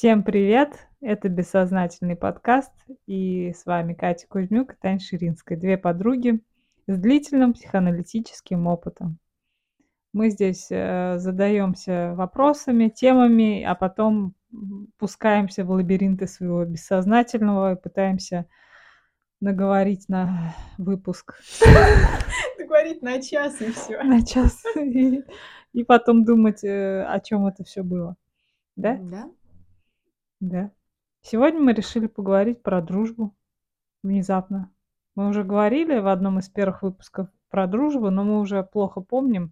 Всем привет! Это «Бессознательный подкаст», и с вами Катя Кузьмюк и Таня Ширинская, две подруги с длительным психоаналитическим опытом. Мы здесь задаемся вопросами, темами, а потом пускаемся в лабиринты своего бессознательного и пытаемся наговорить на выпуск Говорит на час и все. на час и потом думать, о чем это все было. Да? Да? Да. Сегодня мы решили поговорить про дружбу. Внезапно. Мы уже говорили в одном из первых выпусков про дружбу, но мы уже плохо помним,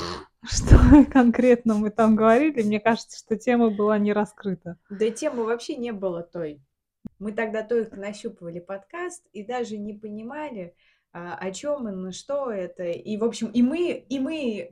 что конкретно мы там говорили. Мне кажется, что тема была не раскрыта. Да темы вообще не было той. Мы тогда только нащупывали подкаст и даже не понимали, о чем он, что это. И, в общем, и мы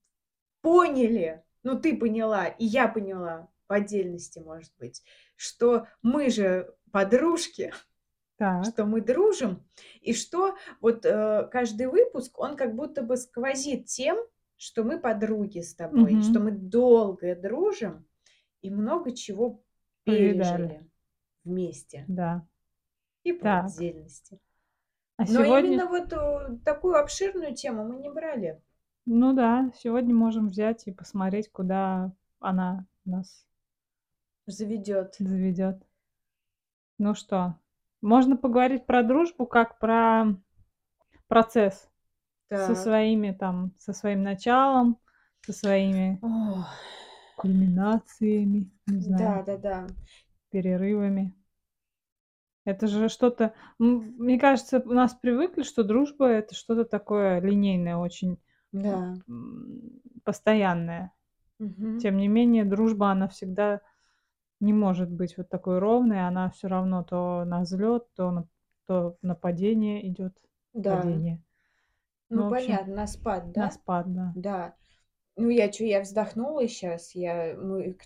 поняли, ну, ты поняла, и я поняла по отдельности, может быть, что мы же подружки, Так. что мы дружим, и что вот каждый выпуск, он как будто бы сквозит тем, что мы подруги с тобой, что Мгм. мы долго дружим и много чего Повидали. пережили вместе Да. и по Так. отдельности. А Но сегодня, именно вот такую обширную тему мы не брали. ну да, сегодня можем взять и посмотреть, куда она нас Заведет. заведет. Ну что, можно поговорить про дружбу как про процесс Так. со своим началом, со своими Ох, кульминациями, не знаю, да, да, да. перерывами. Это же что-то, мне кажется, у нас привыкли, что дружба — это что-то такое линейное, очень, Да. постоянное. Мгм. Тем не менее, дружба, она всегда не может быть вот такой ровной. Она все равно то на взлет, то на падение идет. Да. Падение. Ну, Ну, в общем, понятно, на спад, на да? спад, да. Да. Ну, я вздохнула сейчас, мы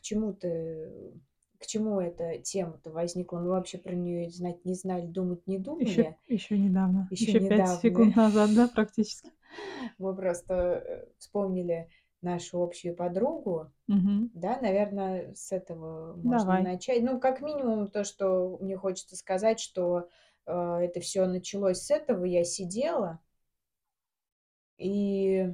к чему эта тема-то возникла? Мы вообще про нее знать не знали, думать не Еще думали еще недавно, еще еще 5 недавно. секунд назад, да, практически. Мы просто вспомнили нашу общую подругу, Мгм. да, наверное, с этого можно и Давай. начать. Ну, как минимум, то, что мне хочется сказать, что это все началось с этого. Я сидела, и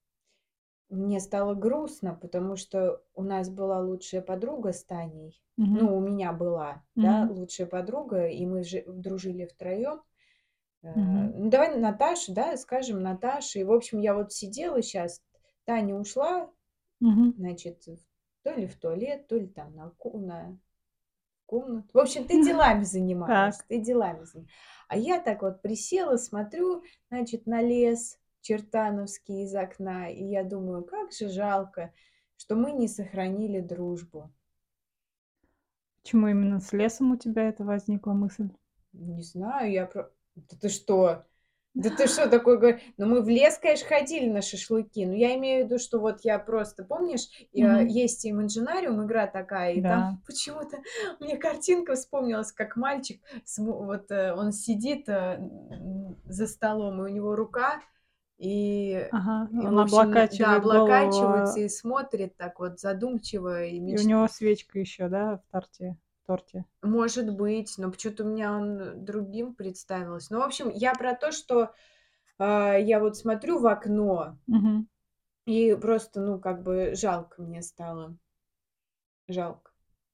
мне стало грустно, потому что у нас была лучшая подруга с Таней. Мгм. Ну, у меня была, да, Мгм. лучшая подруга, и мы дружили втроем. Мгм. Ну, давай Наташа, да, скажем Наташа. И, в общем, я вот сидела сейчас, Таня ушла, Мгм. значит, то ли в туалет, то ли там на комнату. В общем, ты делами занималась, Так. ты делами занималась. А я так вот присела, смотрю, значит, на лес Чертановский из окна, и я думаю, как же жалко, что мы не сохранили дружбу. Почему именно с лесом у тебя это возникла мысль? Не знаю, Да ты что? Да ты что такое говоришь? Ну, мы в лес, конечно, ходили на шашлыки, но я имею в виду, что вот я просто, помнишь, Мгм. есть Imaginarium, игра такая, и там Да. почему-то мне картинка вспомнилась, как мальчик, он сидит за столом, и у него рука, Ага. и в Он общем, да, облокачивает голову, облокачивается и смотрит так вот задумчиво и и у него свечка еще, да, в торте. Может быть, но почему-то у меня он другим представился. Ну, в общем, я про то, что, я вот смотрю в окно, Мгм. и просто, ну, как бы жалко мне стало. Жалко.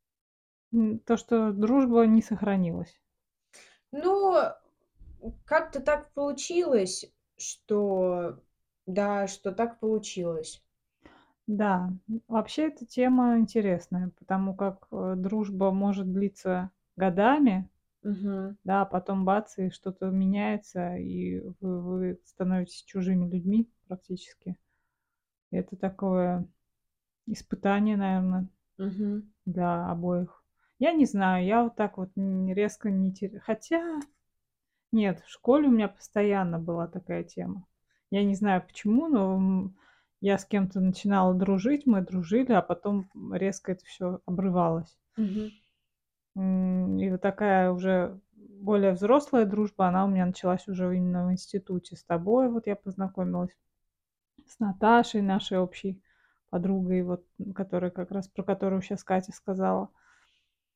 То, что дружба не сохранилась. Ну, как-то так получилось, что да, что так получилось. Да, вообще эта тема интересная, потому как, дружба может длиться годами, Мгм. да, а потом бац, и что-то меняется, и вы становитесь чужими людьми практически. И это такое испытание, наверное, Мгм. для обоих. Я не знаю, я вот так вот резко не хотя нет, в школе у меня постоянно была такая тема. Я не знаю почему, но, я с кем-то начинала дружить, мы дружили, а потом, резко это все обрывалось. Мгм. И вот такая уже более взрослая дружба, она у меня началась уже именно в институте. С тобой вот я познакомилась, с Наташей, нашей общей подругой, вот, которая как раз про которую сейчас Катя сказала.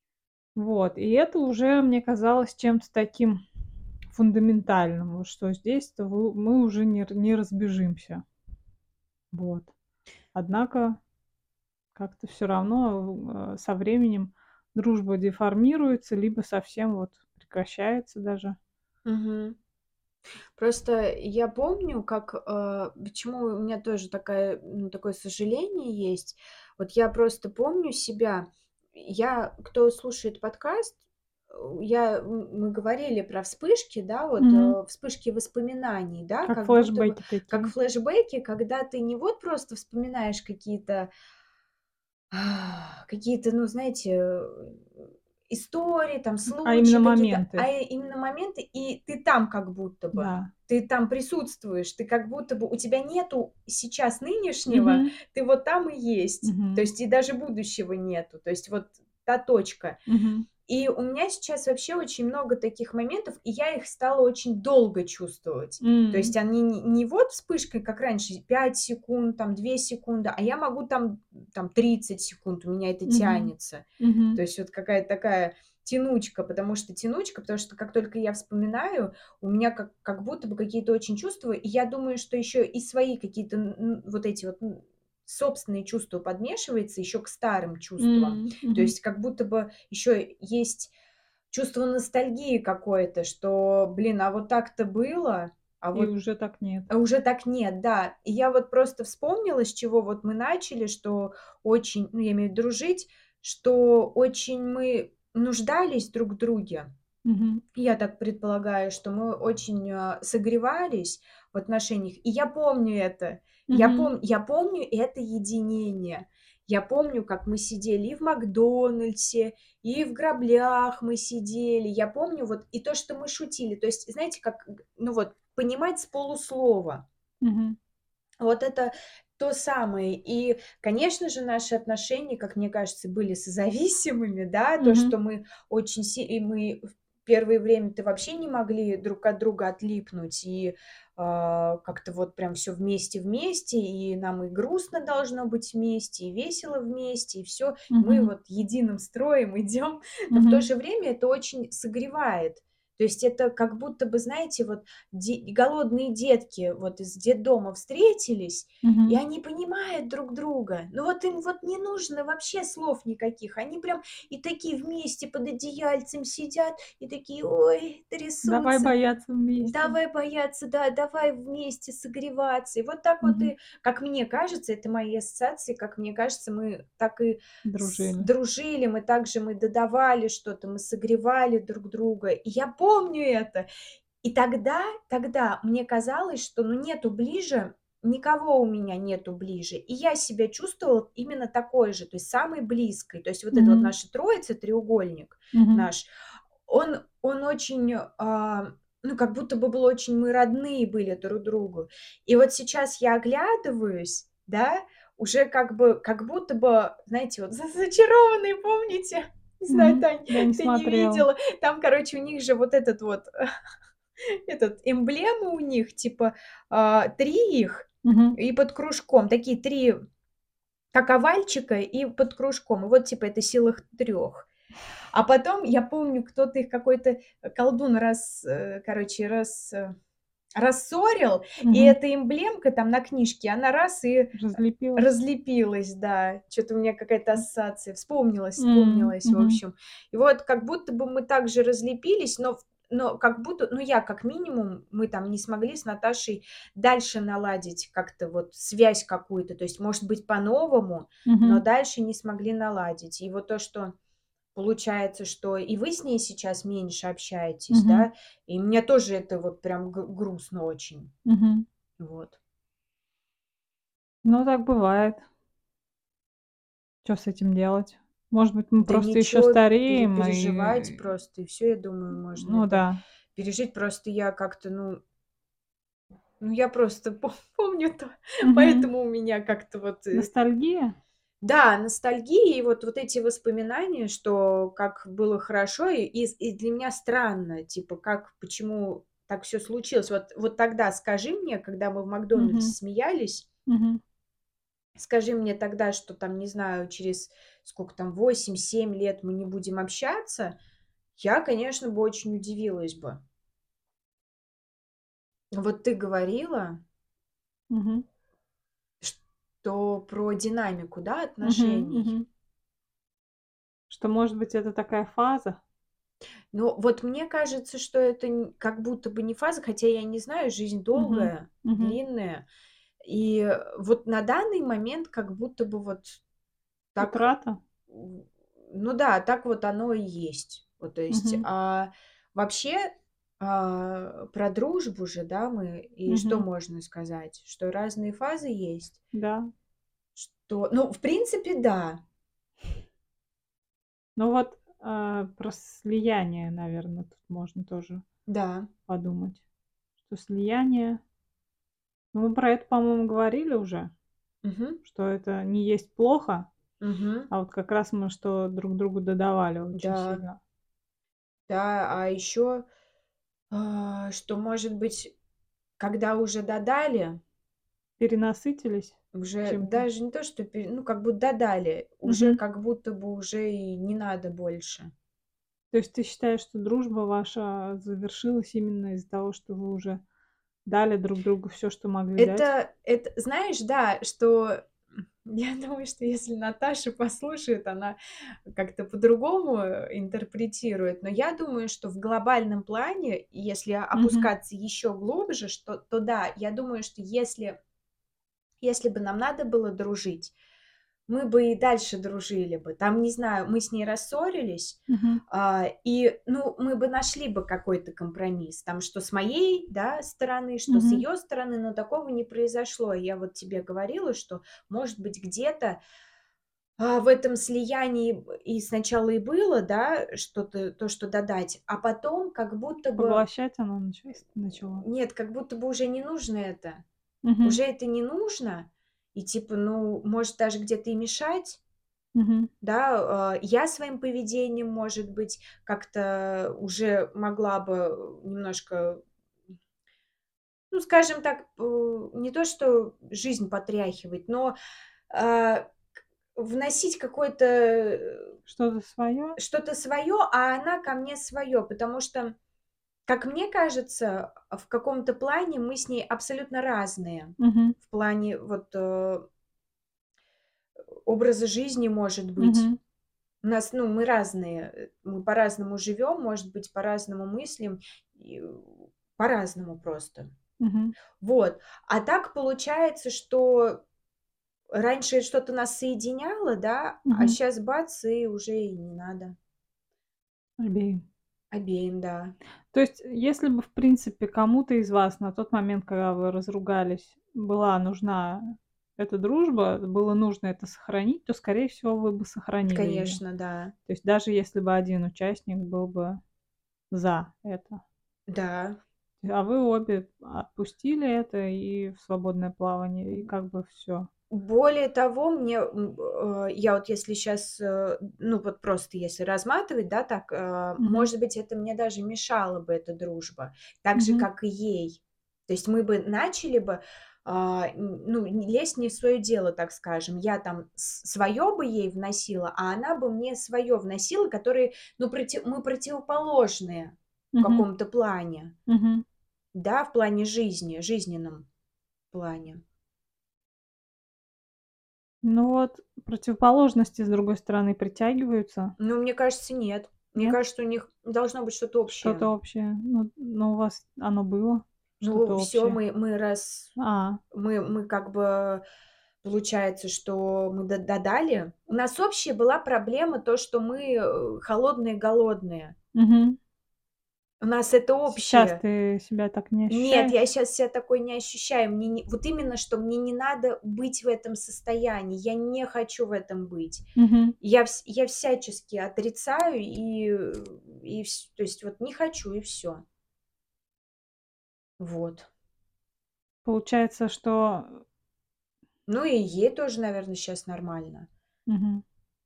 Вот, и это уже мне казалось чем-то таким фундаментальным, вот что здесь-то мы уже не разбежимся. Вот. Однако как-то все равно, со временем дружба деформируется, либо совсем вот прекращается даже. Мгм. Просто я помню, как, почему у меня тоже такое сожаление есть. Вот я просто помню себя. Кто слушает подкаст, мы говорили про вспышки, да, вот, Мгм. вспышки воспоминаний, да, Как как будто бы, флешбеки как такие. флешбеки, когда ты не вот просто вспоминаешь какие-то, ну, знаете, истории, там, А именно случаи какие-то, моменты. именно моменты, и ты там как будто бы. Да. Ты там присутствуешь, ты как будто бы у тебя нету сейчас нынешнего, Мгм. ты вот там и есть. То Мгм. есть и даже будущего нету. То есть вот та точка. Мгм. И у меня сейчас вообще очень много таких моментов, и я их стала очень долго чувствовать. То есть они не вот вспышкой, как раньше, 5 секунд, там 2 секунды, а я могу там 30 секунд, у меня это Мгм. тянется. То Мгм. есть вот какая-то такая тянучка, потому что как только я вспоминаю, у меня как будто бы какие-то очень чувства, и я думаю, что еще и свои какие-то вот эти вот собственные чувства подмешиваются еще к старым чувствам. То Мгм. есть как будто бы еще есть чувство ностальгии какое-то, что, блин, а вот так-то было, а И вот уже так нет. уже так нет, да. И я вот просто вспомнила, с чего вот мы начали, что очень, ну, я имею в виду дружить, что очень мы нуждались друг в друге. Мгм. Я так предполагаю, что мы очень, согревались в отношениях. И я помню это. Мгм. Я помню это единение. Я помню, как мы сидели и в "Макдональдсе", и в "Граблях" мы сидели. Я помню вот и то, что мы шутили. То есть, знаете, как, ну вот, понимать с полуслова. Мгм. Вот это то самое. И, конечно же, наши отношения, как мне кажется, были созависимыми, да. То, Мгм. что мы очень си и мы в первое время-то вообще не могли друг от друга отлипнуть, и, как-то вот прям все вместе-вместе, и нам и грустно должно быть вместе, и весело вместе, и все. Мы Мгм. вот единым строем идем, но в то Мгм. же время это очень согревает. То есть это как будто бы, знаете, вот голодные детки вот из детдома встретились, и Мгм. они понимают друг друга. Ну вот им вот не нужно вообще слов никаких. Они прям и такие вместе под одеяльцем сидят, и такие, ой, Давай трясутся. бояться вместе. Давай бояться, да, давай вместе согреваться. И вот так вот Мгм. и, как мне кажется, это мои ассоциации, как мне кажется, мы так и Дружили. дружили, мы додавали что-то, мы согревали друг друга. И я помню это. И тогда мне казалось, что, ну, нету ближе, никого у меня нету ближе. И я себя чувствовала именно такой же, то есть самой близкой. То есть вот эта вот Мгм. наша троица, треугольник Мгм. наш, он очень, ну, как будто бы был очень мы родные были друг другу. И вот сейчас я оглядываюсь, да, уже как будто бы, знаете, вот "Зачарованные", помните? Не знаю, Мгм. Тань, Я не ты не смотрела. видела. Там, короче, у них же вот этот вот эмблема у них, типа, 3 их Мгм. и под кружком. Такие 3 как овальчика и под кружком. И вот, типа, это сила их 3. А потом, я помню, кто-то их, какой-то колдун рассорил, и Мгм. эта эмблемка там на книжке, она раз и Разлепилась. разлепилась, да. Что то у меня какая-то ассоциация. Вспомнилась, в Мгм. общем. И вот как будто бы мы также разлепились, но как будто, ну, я как минимум, мы там не смогли с Наташей дальше наладить как-то вот связь какую-то. То есть, может быть, по-новому, но Мгм. дальше не смогли наладить. И вот то, что получается, что и вы с ней сейчас меньше общаетесь, Мгм. да, и мне тоже это вот прям грустно очень. Мгм. Вот. Ну, так бывает. Что с этим делать? Может быть, мы Да просто еще ничего, стареем переживать и просто, и все, я думаю, можно ну это да. пережить. Просто я как-то, я просто помню то, Мгм. поэтому у меня как-то вот, Ностальгия? да, ностальгия и вот эти воспоминания, что как было хорошо, и для меня странно, типа, почему так все случилось. Вот тогда скажи мне, когда мы в "Макдональдсе" Мгм. смеялись. Мгм. скажи мне тогда, что там, не знаю, через сколько там, 8-7 лет мы не будем общаться, я, конечно, бы очень удивилась бы. Вот ты говорила, Мгм. что про динамику, да, Мгм. отношений. Мгм. Что, может быть, это такая фаза? Но вот мне кажется, что это как будто бы не фаза, хотя я не знаю, жизнь Мгм. долгая, Мгм. длинная. И вот на данный момент как будто бы вот так, Утрата? м, ну да, так вот оно и есть. Вот, то есть, Мгм. вообще, про дружбу же, да, мы, и что Мгм. можно сказать? Что разные фазы есть, Да. что, ну, в принципе, да, Ну вот, про слияние, наверное, тут можно тоже да, подумать. Что слияние ну, мы про это, по-моему, говорили уже, мгм, что это не есть плохо, мгм, а вот как раз мы что друг другу додавали очень да, сильно. да, а еще, что, может быть, когда уже додали, Перенасытились уже чем-то? даже не то, что ну, как будто додали, уже Мгм. как будто бы уже и не надо больше. То есть ты считаешь, что дружба ваша завершилась именно из-за того, что вы уже дали друг другу все, что могли дать? Это, знаешь, да, что я думаю, что если Наташа послушает, она как-то по-другому интерпретирует. Но я думаю, что в глобальном плане, если Мгм. опускаться еще глубже, то да, я думаю, что если бы нам надо было дружить, мы бы и дальше дружили бы. Там, не знаю, мы с ней рассорились, Мгм. ну, мы бы нашли бы какой-то компромисс. Там, что с моей, да, стороны, что с Мгм. ее стороны, но такого не произошло. Я вот тебе говорила, что, может быть, где-то в этом слиянии и сначала и было, да, что-то, то, что додать, а потом как будто бы, Поглощать она начала? нет, как будто бы уже не нужно это. Мгм. Уже это не нужно, и типа, ну, может даже где-то и мешать. Мгм. Да, я своим поведением, может быть, как-то уже могла бы немножко, ну, скажем так, не то что жизнь потряхивать, но, а, вносить какое-то, Что-то свое? что-то свое, а она ко мне свое. Потому что, как мне кажется, в каком-то плане мы с ней абсолютно разные. Мгм. В плане вот, образа жизни, может быть. Мгм. У нас, ну, мы разные, мы по-разному живем, может быть, по-разному мыслим, и, по-разному просто. Мгм. Вот. А так получается, что раньше что-то нас соединяло, да, а Мгм. сейчас бац, и уже и не надо. Обеим. Обеим, да. То есть, если бы, в принципе, кому-то из вас на тот момент, когда вы разругались, была нужна эта дружба, было нужно это сохранить, то, скорее всего, вы бы сохранили ее. Конечно, да. То есть даже если бы один участник был бы за это. Да. А вы обе отпустили это и в свободное плавание, и как бы все. Более того, я вот если сейчас, ну, вот просто если разматывать, да, так, Мгм. может быть, это мне даже мешало бы, эта дружба, так же, Мгм. как и ей. То есть мы бы начали бы, ну, не лезть не в свое дело, так скажем. Я там свое бы ей вносила, а она бы мне свое вносила, которые, ну, мы противоположные в Мгм. каком-то плане, Мгм. да, в плане жизни, жизненном плане. Ну вот, противоположности, с другой стороны, притягиваются. Ну, мне кажется, нет. Мне Нет? кажется, у них должно быть что-то Что-то общее. общее. Ну, у вас оно было, Ну, что-то все, общее. мы раз А, мы как бы, получается, что мы додали. У нас общая была проблема то, что мы, холодные, голодные. мгм. У нас это Сейчас общее. ты себя так не Нет, я ощущаешь? сейчас себя такой не ощущаю. Мне не вот именно, что мне не надо быть в этом состоянии. Я не хочу в этом быть. Мгм. Я всячески отрицаю то есть вот не хочу и все. Вот. Получается, что Ну и ей тоже, наверное, сейчас нормально. мгм.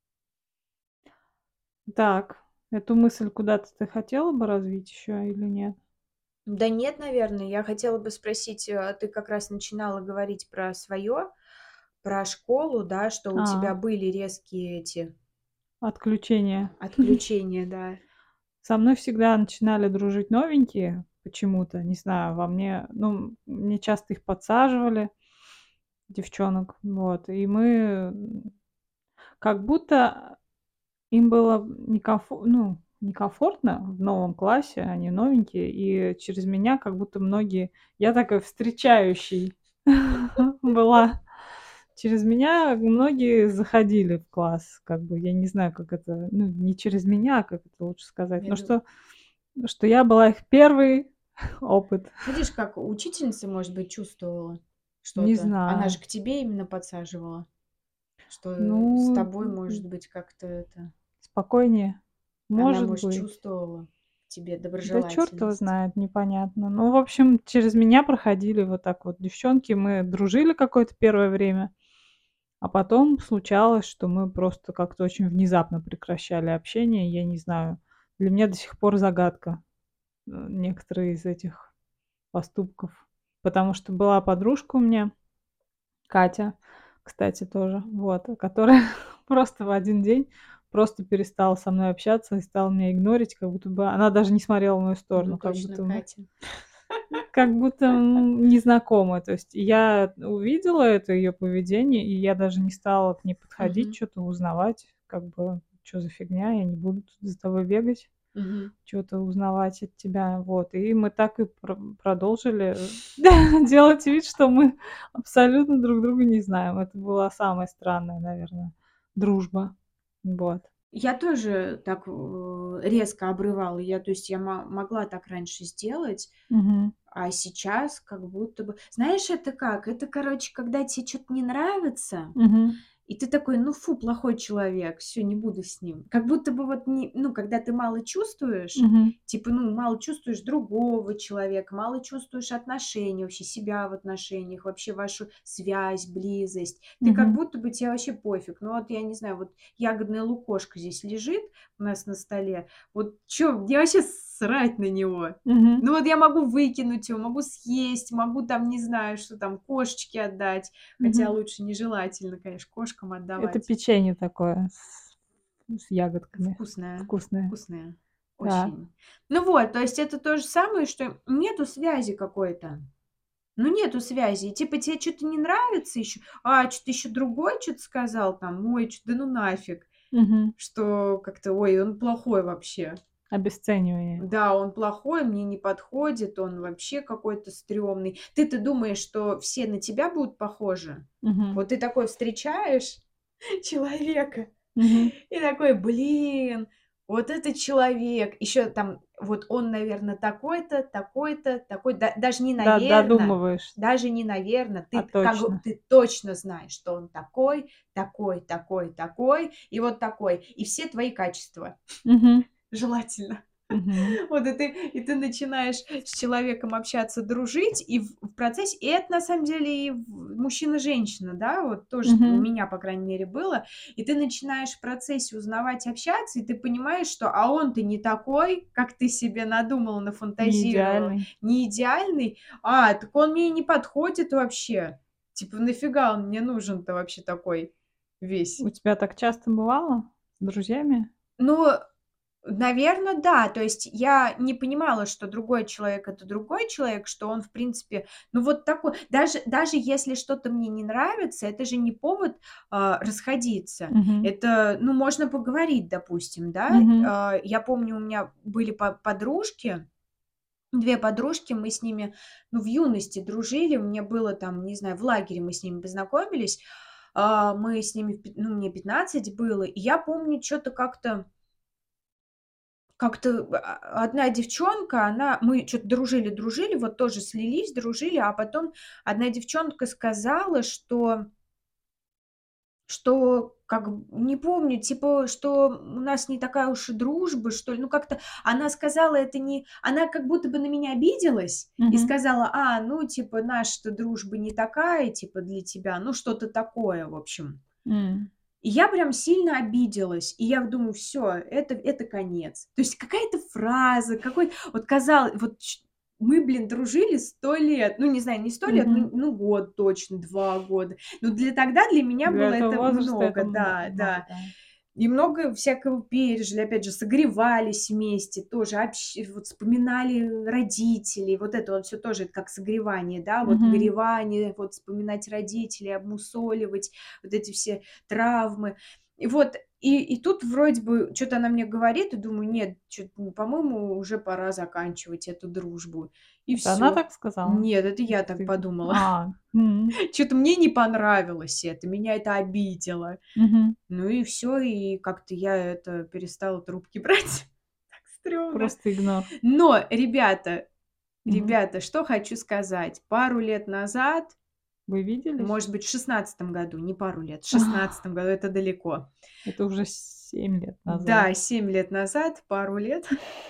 Так, эту мысль куда-то ты хотела бы развить еще или нет? Да нет, наверное, я хотела бы спросить, ты как раз начинала говорить про свое, про школу, да, что у тебя А, были резкие эти отключение. отключения, да. Со мной всегда начинали дружить новенькие почему-то, не знаю, во мне, ну, мне часто их подсаживали, девчонок, вот, и мы, как будто им было некомфортно в новом классе, они новенькие, и через меня как будто многие я такой встречающий была. Через меня многие заходили в класс, как бы, я не знаю, как это, ну, не через меня, как это лучше сказать, Я но ду что я была их первый опыт. Видишь, как учительница, может быть, чувствовала Не что-то. Она же знаю. к тебе именно подсаживала, что с Ну, тобой, может быть, как-то это спокойнее. она, Может может, быть. чувствовала в тебе Да черт его доброжелательность. знает, непонятно. Ну, в общем, через меня проходили вот так вот девчонки. Мы дружили какое-то первое время, а потом случалось, что мы просто как-то очень внезапно прекращали общение. Я не знаю, для меня до сих пор загадка, некоторые из этих поступков. Потому что была подружка у меня, Катя, кстати, тоже, вот, которая просто в один день просто перестала со мной общаться и стала меня игнорить, как будто бы она даже не смотрела в мою Ну, сторону, точно, Катя. как будто, незнакомая. То есть я увидела это ее поведение, и я даже не стала к ней подходить, Мгм, что то узнавать, как бы, что за фигня, я не буду тут за тобой бегать, мгм. что то узнавать от тебя. Вот, и мы так и продолжили делать вид, что мы абсолютно друг друга не знаем. Это была самая странная, наверное, дружба. Вот. Я тоже так, резко обрывала. То есть я могла так раньше сделать, Мгм. а сейчас как будто бы знаешь, это как? Это, короче, когда тебе что то не нравится. Мгм. И ты такой: "Ну фу, плохой человек, все не буду с ним". Как будто бы вот не ну, когда ты мало чувствуешь, Мгм. типа, ну, мало чувствуешь другого человека, мало чувствуешь отношений, вообще себя в отношениях, вообще вашу связь, близость. Ты как Мгм. будто бы тебе вообще пофиг. Ну, вот я не знаю, вот ягодная лукошка здесь лежит у нас на столе. Вот чё, мне вообще срать на него. Мгм. Ну, вот я могу выкинуть его, могу съесть, могу там, не знаю, что там, кошечке отдать. Хотя Мгм. лучше нежелательно, конечно, кошкам Это отдавать. печенье такое с ягодками Вкусное, вкусное. вкусное, Так. очень. Ну вот, то есть это то же самое, что нету связи какой-то. Ну, нету связи. И типа тебе что то не нравится еще, что то еще другой что то сказал там, ой, чё, да ну нафиг, Мгм. что как-то, ой, он плохой вообще. Обесценивание. Да, он плохой, мне не подходит, он вообще какой-то стрёмный. Ты-то думаешь, что все на тебя будут похожи? Мгм. Вот ты такой встречаешь человека Мгм. и такой: "Блин, вот это человек". Еще там вот он, наверно, такой-то, такой-то, такой. Даже не Да, наверно, додумываешь, даже не наверно. а Ты как бы точно. ты точно знаешь, что он такой, такой, такой, такой и вот такой. И все твои качества Мгм. желательно. Мгм. Вот и ты начинаешь с человеком общаться, дружить, и в процессе и это на самом деле и мужчина, женщина, да, вот тоже у Мгм. меня, по крайней мере, было. И ты начинаешь в процессе узнавать, общаться, и ты понимаешь, что он-то не такой, как ты себе надумал, Не нафантазировал, идеальный. не идеальный, так он мне и не подходит вообще. Типа, нафига он мне нужен-то вообще такой весь? У тебя так часто бывало с друзьями? Ну, наверно, да. То есть я не понимала, что другой человек — это другой человек, что он, в принципе, ну, вот такой. Даже если что-то мне не нравится, это же не повод, расходиться. Мгм. Это, ну, можно поговорить, допустим, да. Мгм. Я помню, у меня были подружки, 2 подружки, мы с ними, ну, в юности дружили. Мне было там, не знаю, в лагере мы с ними познакомились. Мы с ними мне 15 было. И я помню, что то как-то, одна девчонка, мы что то дружили, вот тоже слились, дружили, а потом одна девчонка сказала, что как не помню, типа, что у нас не такая уж и дружба, что ли. Ну, как-то она сказала это не она как будто бы на меня обиделась и Мгм. сказала: ну, типа, наша-то дружба не такая, типа, для тебя. Ну, что-то такое, в общем. М. И я прям сильно обиделась. И я думаю: все, это конец. То есть какая-то фраза, какой вот казалось, вот мы, блин, дружили 100 лет. Ну, не знаю, не 100 лет, Мгм. ну, год точно, 2 года. Ну, для меня Для было этого это возраста это много, да, много, да. да. И много всякого пережили, опять же, согревались вместе, тоже вот вспоминали родителей, вот это вот все тоже это как согревание, да, вот Мгм. горевание, вот вспоминать родителей, обмусоливать вот эти все травмы. И вот, и тут вроде бы что то она мне говорит, и думаю: "Нет, чё-то, по-моему, уже пора заканчивать эту дружбу". И Это она все. так сказала? Нет, это Или я так ты? подумала. А, м, Что то мне не понравилось это, меня это обидело. мгм. Ну и все, и как-то я это перестала трубки брать. Так стрёмно. Просто игнор. Но, ребята, Мгм. что хочу сказать. Пару лет назад, Вы виделись? может быть, в 16 году, не пару лет, в 16 году, это далеко. Это уже 7 лет назад. Да, 7 лет назад, пару лет,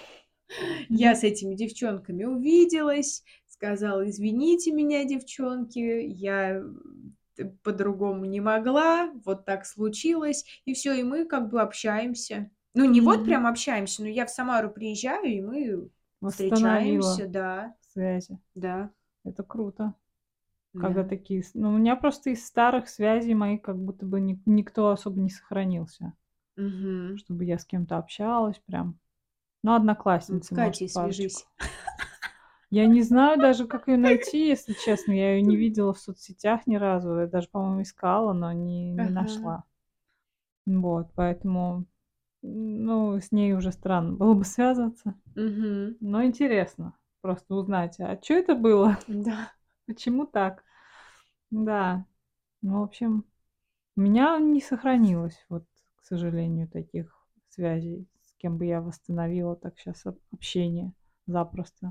я Мгм. с этими девчонками увиделась, сказала: "Извините меня, девчонки, я, по-другому не могла, вот так случилось". И все, и мы как бы общаемся. Ну, не вот Мгм. прям общаемся, но я в Самару приезжаю, и мы Восстановила встречаемся, да, связи. да, Это круто. Когда да. такие ну, у меня просто из старых связей моих как будто бы никто особо не сохранился, Мгм. чтобы я с кем-то общалась прям. Ну, Вот с одноклассницы, может, Катей парочку. свяжись. Я не знаю даже, как ее найти, если честно. Я ее не видела в соцсетях ни разу. Я даже, по-моему, искала, но не Ага. нашла. Вот, поэтому, ну, с ней уже странно было бы связываться. Мгм. Но интересно просто узнать, а чё это было? Да. Почему так? Да, ну, в общем, у меня не сохранилось, вот, к сожалению, таких связей, с кем бы я восстановила так сейчас общение запросто.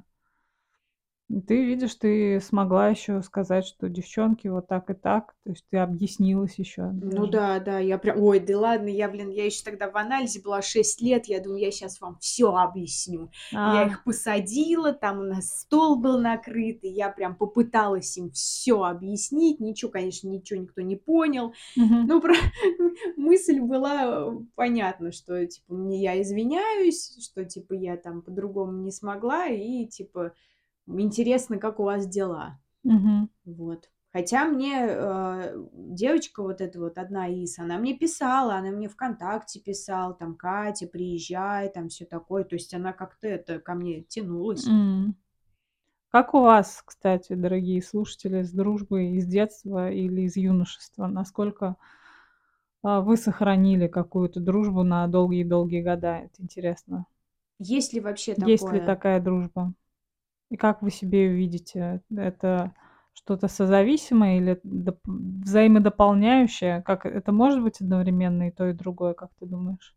И ты видишь, ты смогла еще сказать, что девчонки вот так и так, то есть ты объяснилась еще Ну даже. да, да, я прям ой, да ладно, я, блин, я еще тогда в анализе была 6 лет, я думаю, я сейчас вам все объясню. Я А, их посадила, там у нас стол был накрыт, и я прям попыталась им все объяснить. Ничего, конечно, ничего никто не понял. мгм, Ну, мысль была, понятна, что, типа, мне я извиняюсь, что, типа, я там по-другому не смогла, и, типа, интересно, как у вас дела. мгм, Вот. Хотя мне, девочка вот эта вот, одна из, она мне писала, она мне "ВКонтакте" писала, там: "Катя, приезжай", там все такое. То есть она как-то это ко мне тянулась. м. Как у вас, кстати, дорогие слушатели, с дружбой из детства или из юношества? Насколько, вы сохранили какую-то дружбу на долгие-долгие года? Это интересно. Есть ли вообще Есть ли такое? такая дружба? И как вы себе её видите? Это что-то созависимое или взаимодополняющее? Как это может быть одновременно и то, и другое, как ты думаешь?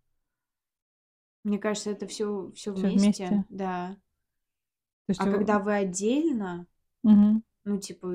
Мне кажется, это все Все вместе, вместе? да. То есть А когда вы отдельно, мгм. ну, типа,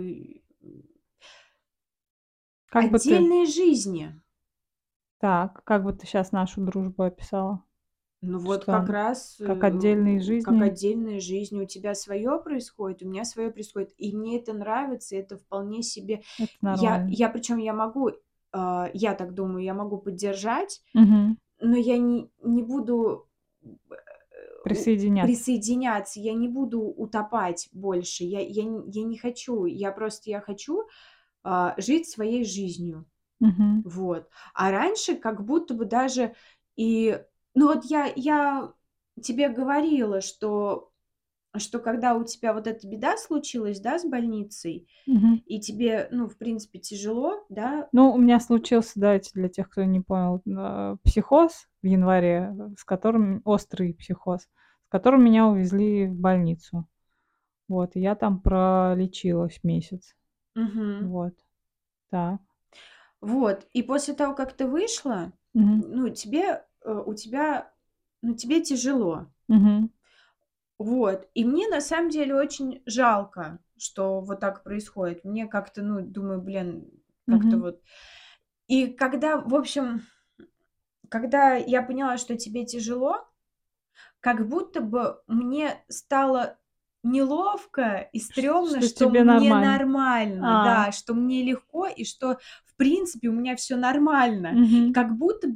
Как бы ты отдельные жизни. как бы ты сейчас нашу дружбу описала? Ну, вот Что как она раз, как отдельные как жизни? отдельная жизнь. У тебя свое происходит, у меня свое происходит. И мне это нравится, это вполне себе. Это Я нормально. я причем я могу, я так думаю, я могу поддержать, Мгм. но я не буду, Присоединяться. присоединяться, я не буду утопать больше. Я не хочу. Я хочу, жить своей жизнью. Мгм. Вот. А раньше как будто бы даже и ну вот я тебе говорила, что когда у тебя вот эта беда случилась, да, с больницей, Мгм. и тебе, ну, в принципе, тяжело, да. Ну, у меня случился, давайте для тех, кто не понял, психоз в январе, с которым острый психоз, с которым меня увезли в больницу. Вот, и я там пролечилась месяц. Мгм. Вот, так. Вот. И после того, как ты вышла, Мгм. ну, у тебя, ну, тебе тяжело. Мгм. Вот. И мне на самом деле очень жалко, что вот так происходит. Мне как-то, ну, думаю, блин, как-то Мгм. вот. И когда, в общем, когда я поняла, что тебе тяжело, как будто бы мне стало неловко и стрёмно, Что что тебе мне нормально. нормально, А, да, что мне легко и что, в принципе, у меня всё нормально. И мгм. как будто бы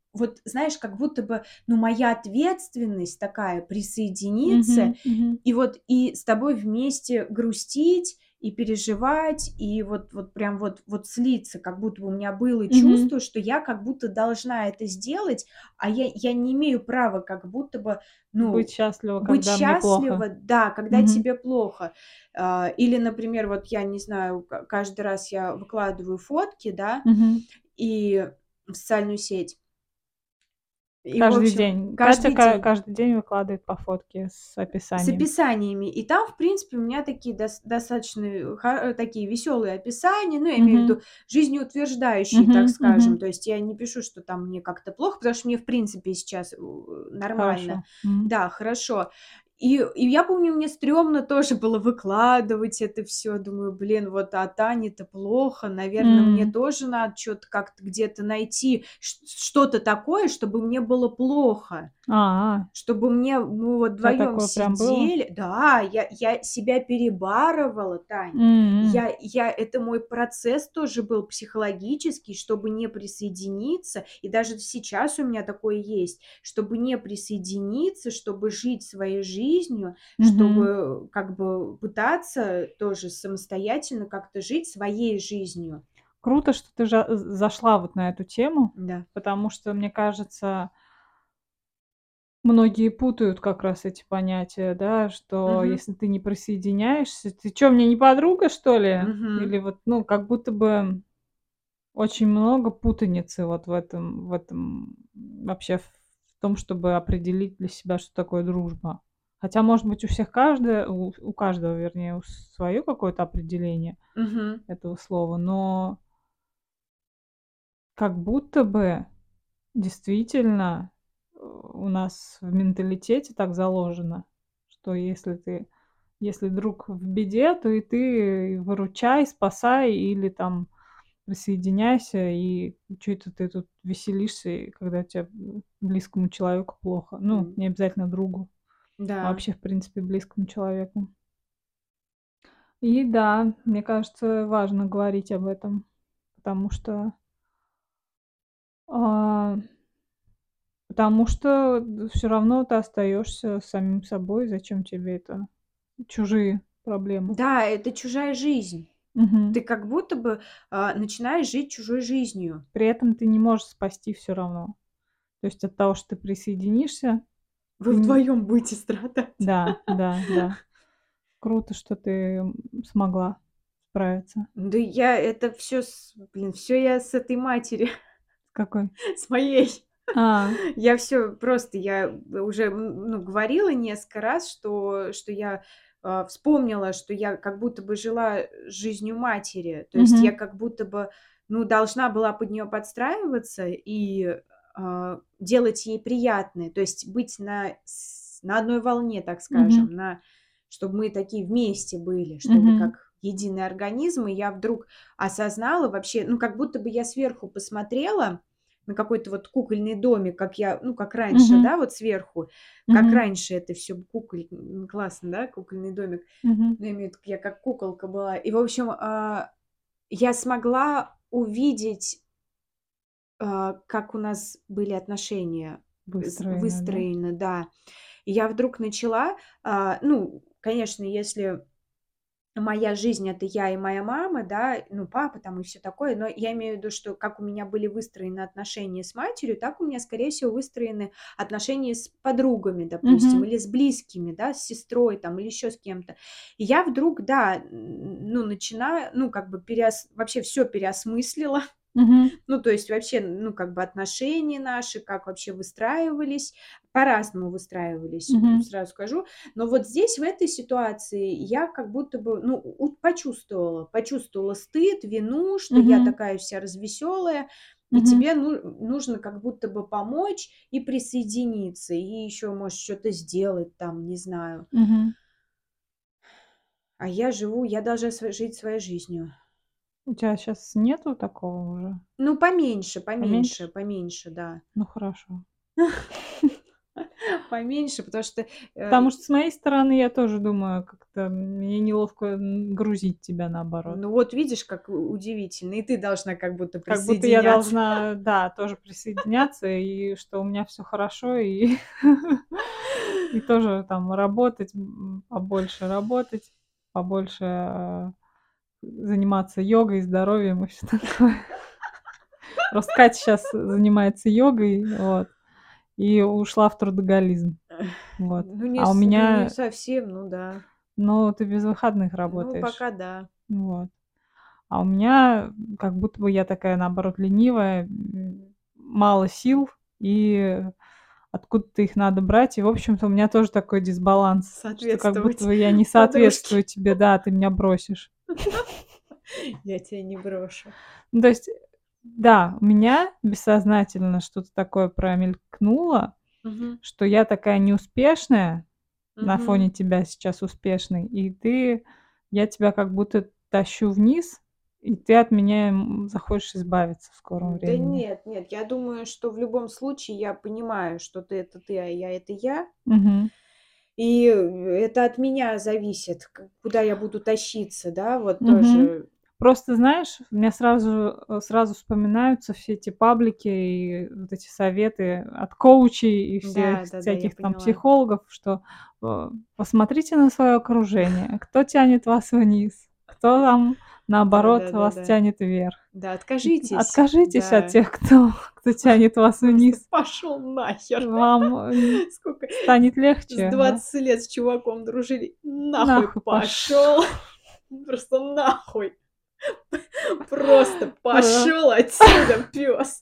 вот знаешь, как будто бы, ну, моя ответственность такая присоединиться Мгм, мгм. и вот и с тобой вместе грустить и переживать, и вот прям вот слиться, как будто бы у меня было Мгм. чувство, что я как будто должна это сделать, а я не имею права как будто бы, Быть ну, счастлива, быть когда мне плохо. счастлива, да, когда Мгм. тебе плохо. Или, например, вот я не знаю, каждый раз я выкладываю фотки, да, Мгм. и в социальную сеть. И, в Каждый общем, день. Катя каждый день каждый день выкладывает по фотке с с описанием. описаниями. И там, в принципе, у меня такие достаточно такие веселые описания, ну, я имею в Мгм. виду жизнеутверждающие, так Мгм. скажем. Мгм. То есть я не пишу, что там мне как-то плохо, потому что мне, в принципе, сейчас нормально. Хорошо. Мгм. Да, хорошо. И я помню, мне стрёмно тоже было выкладывать это все. Думаю, блин, вот, а Тане-то плохо, наверное, мне М. тоже надо что то как-то где-то найти что-то такое, чтобы мне было плохо. А, Чтобы мне мы вот у тя вдвоем такое прям было? сидели. Да, я себя перебарывала, Тань. М. Это мой процесс тоже был психологический, чтобы не присоединиться. И даже сейчас у меня такое есть, чтобы не присоединиться, чтобы жить своей жизнью, Мгм. чтобы как бы пытаться тоже самостоятельно как-то жить своей жизнью. Круто, что ты зашла вот на эту тему, Да. потому что, мне кажется, многие путают как раз эти понятия, да, что Мгм. если ты не присоединяешься: "Ты чё, мне не подруга, что ли?" Мгм. Или вот, ну, как будто бы очень много путаницы вот в этом вообще в том, чтобы определить для себя, что такое дружба. Хотя, может быть, у каждого, вернее, свое какое-то определение Мгм. этого слова, но как будто бы действительно, у нас в менталитете так заложено, что если друг в беде, то и ты выручай, спасай или там присоединяйся, и чё это ты тут веселишься, и когда те близкому человеку плохо. Ну, М. не обязательно другу, а Да. вообще, в принципе, близкому человеку. И да, мне кажется, важно говорить об этом, потому что, а потому что все равно ты остаешься самим собой. Зачем тебе это? Чужие проблемы. Да, это чужая жизнь. Мгм. Ты как будто бы, начинаешь жить чужой жизнью. При этом ты не можешь спасти все равно. То есть от того, что ты присоединишься, Вы ты н вдвоем будете страдать. да, да, да. Круто, что ты, смогла справиться. Да я это все, блин, все я с этой матери, С какой? с моей. А, Я все просто, я уже, ну, говорила несколько раз, что я, вспомнила, что я как будто бы жила жизнью матери. То есть я мгм, как будто бы, ну, должна была под нее подстраиваться и, делать ей приятное. То есть быть на одной волне, так мгм, скажем, чтобы мы такие вместе были, чтобы мгм, как единый организм. И я вдруг осознала вообще, ну, как будто бы я сверху посмотрела на какой-то вот кукольный домик, как раньше, мгм, да, вот сверху, как мгм, раньше это все классно, да, кукольный домик. мгм. Ну, я имею в виду, я как куколка была. И, в общем, я смогла увидеть, как у нас были отношения Выстроено, да? выстроены, да. И я вдруг начала, ну, конечно, если моя жизнь — это я и моя мама, да, ну, папа там и все такое. Но я имею в виду, что как у меня были выстроены отношения с матерью, так у меня, скорее всего, выстроены отношения с подругами, допустим, Мгм, или с близкими, да, с сестрой там или еще с кем-то. И я вдруг, да, ну, начинаю, ну, как бы вообще все переосмыслила. мгм, Ну, то есть вообще, ну, как бы отношения наши, как вообще выстраивались, по-разному выстраивались, мгм, сразу скажу. Но вот здесь, в этой ситуации, я как будто бы, ну, почувствовала стыд, вину, что я мгм, такая вся развеселая, и мгм, тебе нужно как будто бы помочь и присоединиться, и еще, может, что-то сделать там, не знаю. мгм. А я должна жить своей жизнью. У тебя сейчас нету такого уже? Ну, поменьше, Поменьше? поменьше, поменьше, да. Ну, хорошо. поменьше, потому что Потому что с моей стороны я тоже думаю, как-то мне неловко грузить тебя наоборот. ну вот видишь, как удивительно, и ты должна как будто Как будто я присоединяться. должна, да, тоже присоединяться, и что у меня все хорошо, и и тоже там работать, побольше работать, побольше, заниматься йогой, здоровьем и всё такое. Просто Катя сейчас занимается йогой, вот, и ушла в трудоголизм, вот. Ну, А у не меня, совсем, ну да. ну, ты без выходных Ну, работаешь, пока да. вот. А у меня как будто бы я такая, наоборот, ленивая, мало сил, и откуда-то их надо брать. И, в общем-то, у меня тоже такой дисбаланс, что как будто Соответствовать бы я не подружке. соответствую тебе, да, ты меня бросишь. Я тебя не брошу. Ну, то есть, да, у меня бессознательно что-то такое промелькнуло, Мгм. что я такая неуспешная на Мгм. фоне тебя сейчас успешной, и я тебя как будто тащу вниз, и ты от меня, захочешь избавиться в скором Да времени. нет, нет, я думаю, что в любом случае я понимаю, что ты это ты, а я это я. Мгм. И это от меня зависит, куда я буду тащиться, да, вот Мгм. тоже. Просто, знаешь, у меня сразу вспоминаются все эти паблики и вот эти советы от коучей и всех Да, да-да, я всяких там поняла. психологов, что, посмотрите на свое окружение, кто тянет вас вниз, кто там, наоборот, вас Да-да-да-да. тянет вверх. Да, И откажитесь. откажитесь от Да, тех, кто тянет вас просто вниз. пошел нахер. Вам, Сколько станет с легче, да? 20 лет с чуваком дружили. Нахуй Нахуй пошёл. пошел. Просто нахуй. Просто Да. пошел отсюда, пес.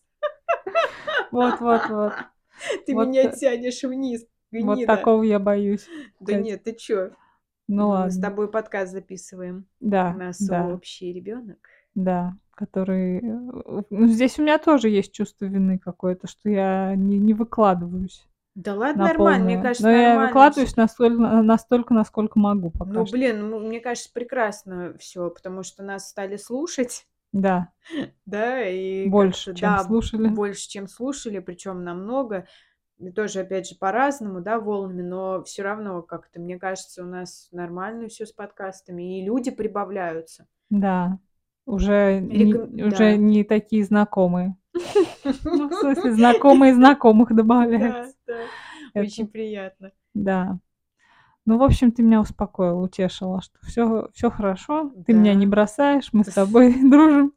Вот вот вот. Ты Вот, меня тянешь вниз, вот гнида. такого я боюсь, Да Кать. нет, ты чё? Ну Мы с ладно. тобой подкаст записываем. У Да, нас да, общий ребенок. да, который, ну, здесь у меня тоже есть чувство вины какое-то, что я не выкладываюсь Да ладно, на нормально, мне полную. Но кажется, я нормально все. выкладываюсь настолько, насколько могу пока Ну, что. блин, мне кажется, прекрасно все, потому что нас стали слушать, Да, да, и больше, как-то, чем да, слушали. больше, чем слушали, причем намного. И тоже, опять же, по-разному, да, волнами, но все равно как-то, мне кажется, у нас нормально все с подкастами, и люди прибавляются. Да, уже не уже Да. не такие знакомые. Ну, в смысле, знакомые знакомых Да, добавляются. да, очень Это приятно. да. Ну, в общем, ты меня успокоила, утешила, что все хорошо, ты меня не Да, бросаешь, мы с тобой дружим.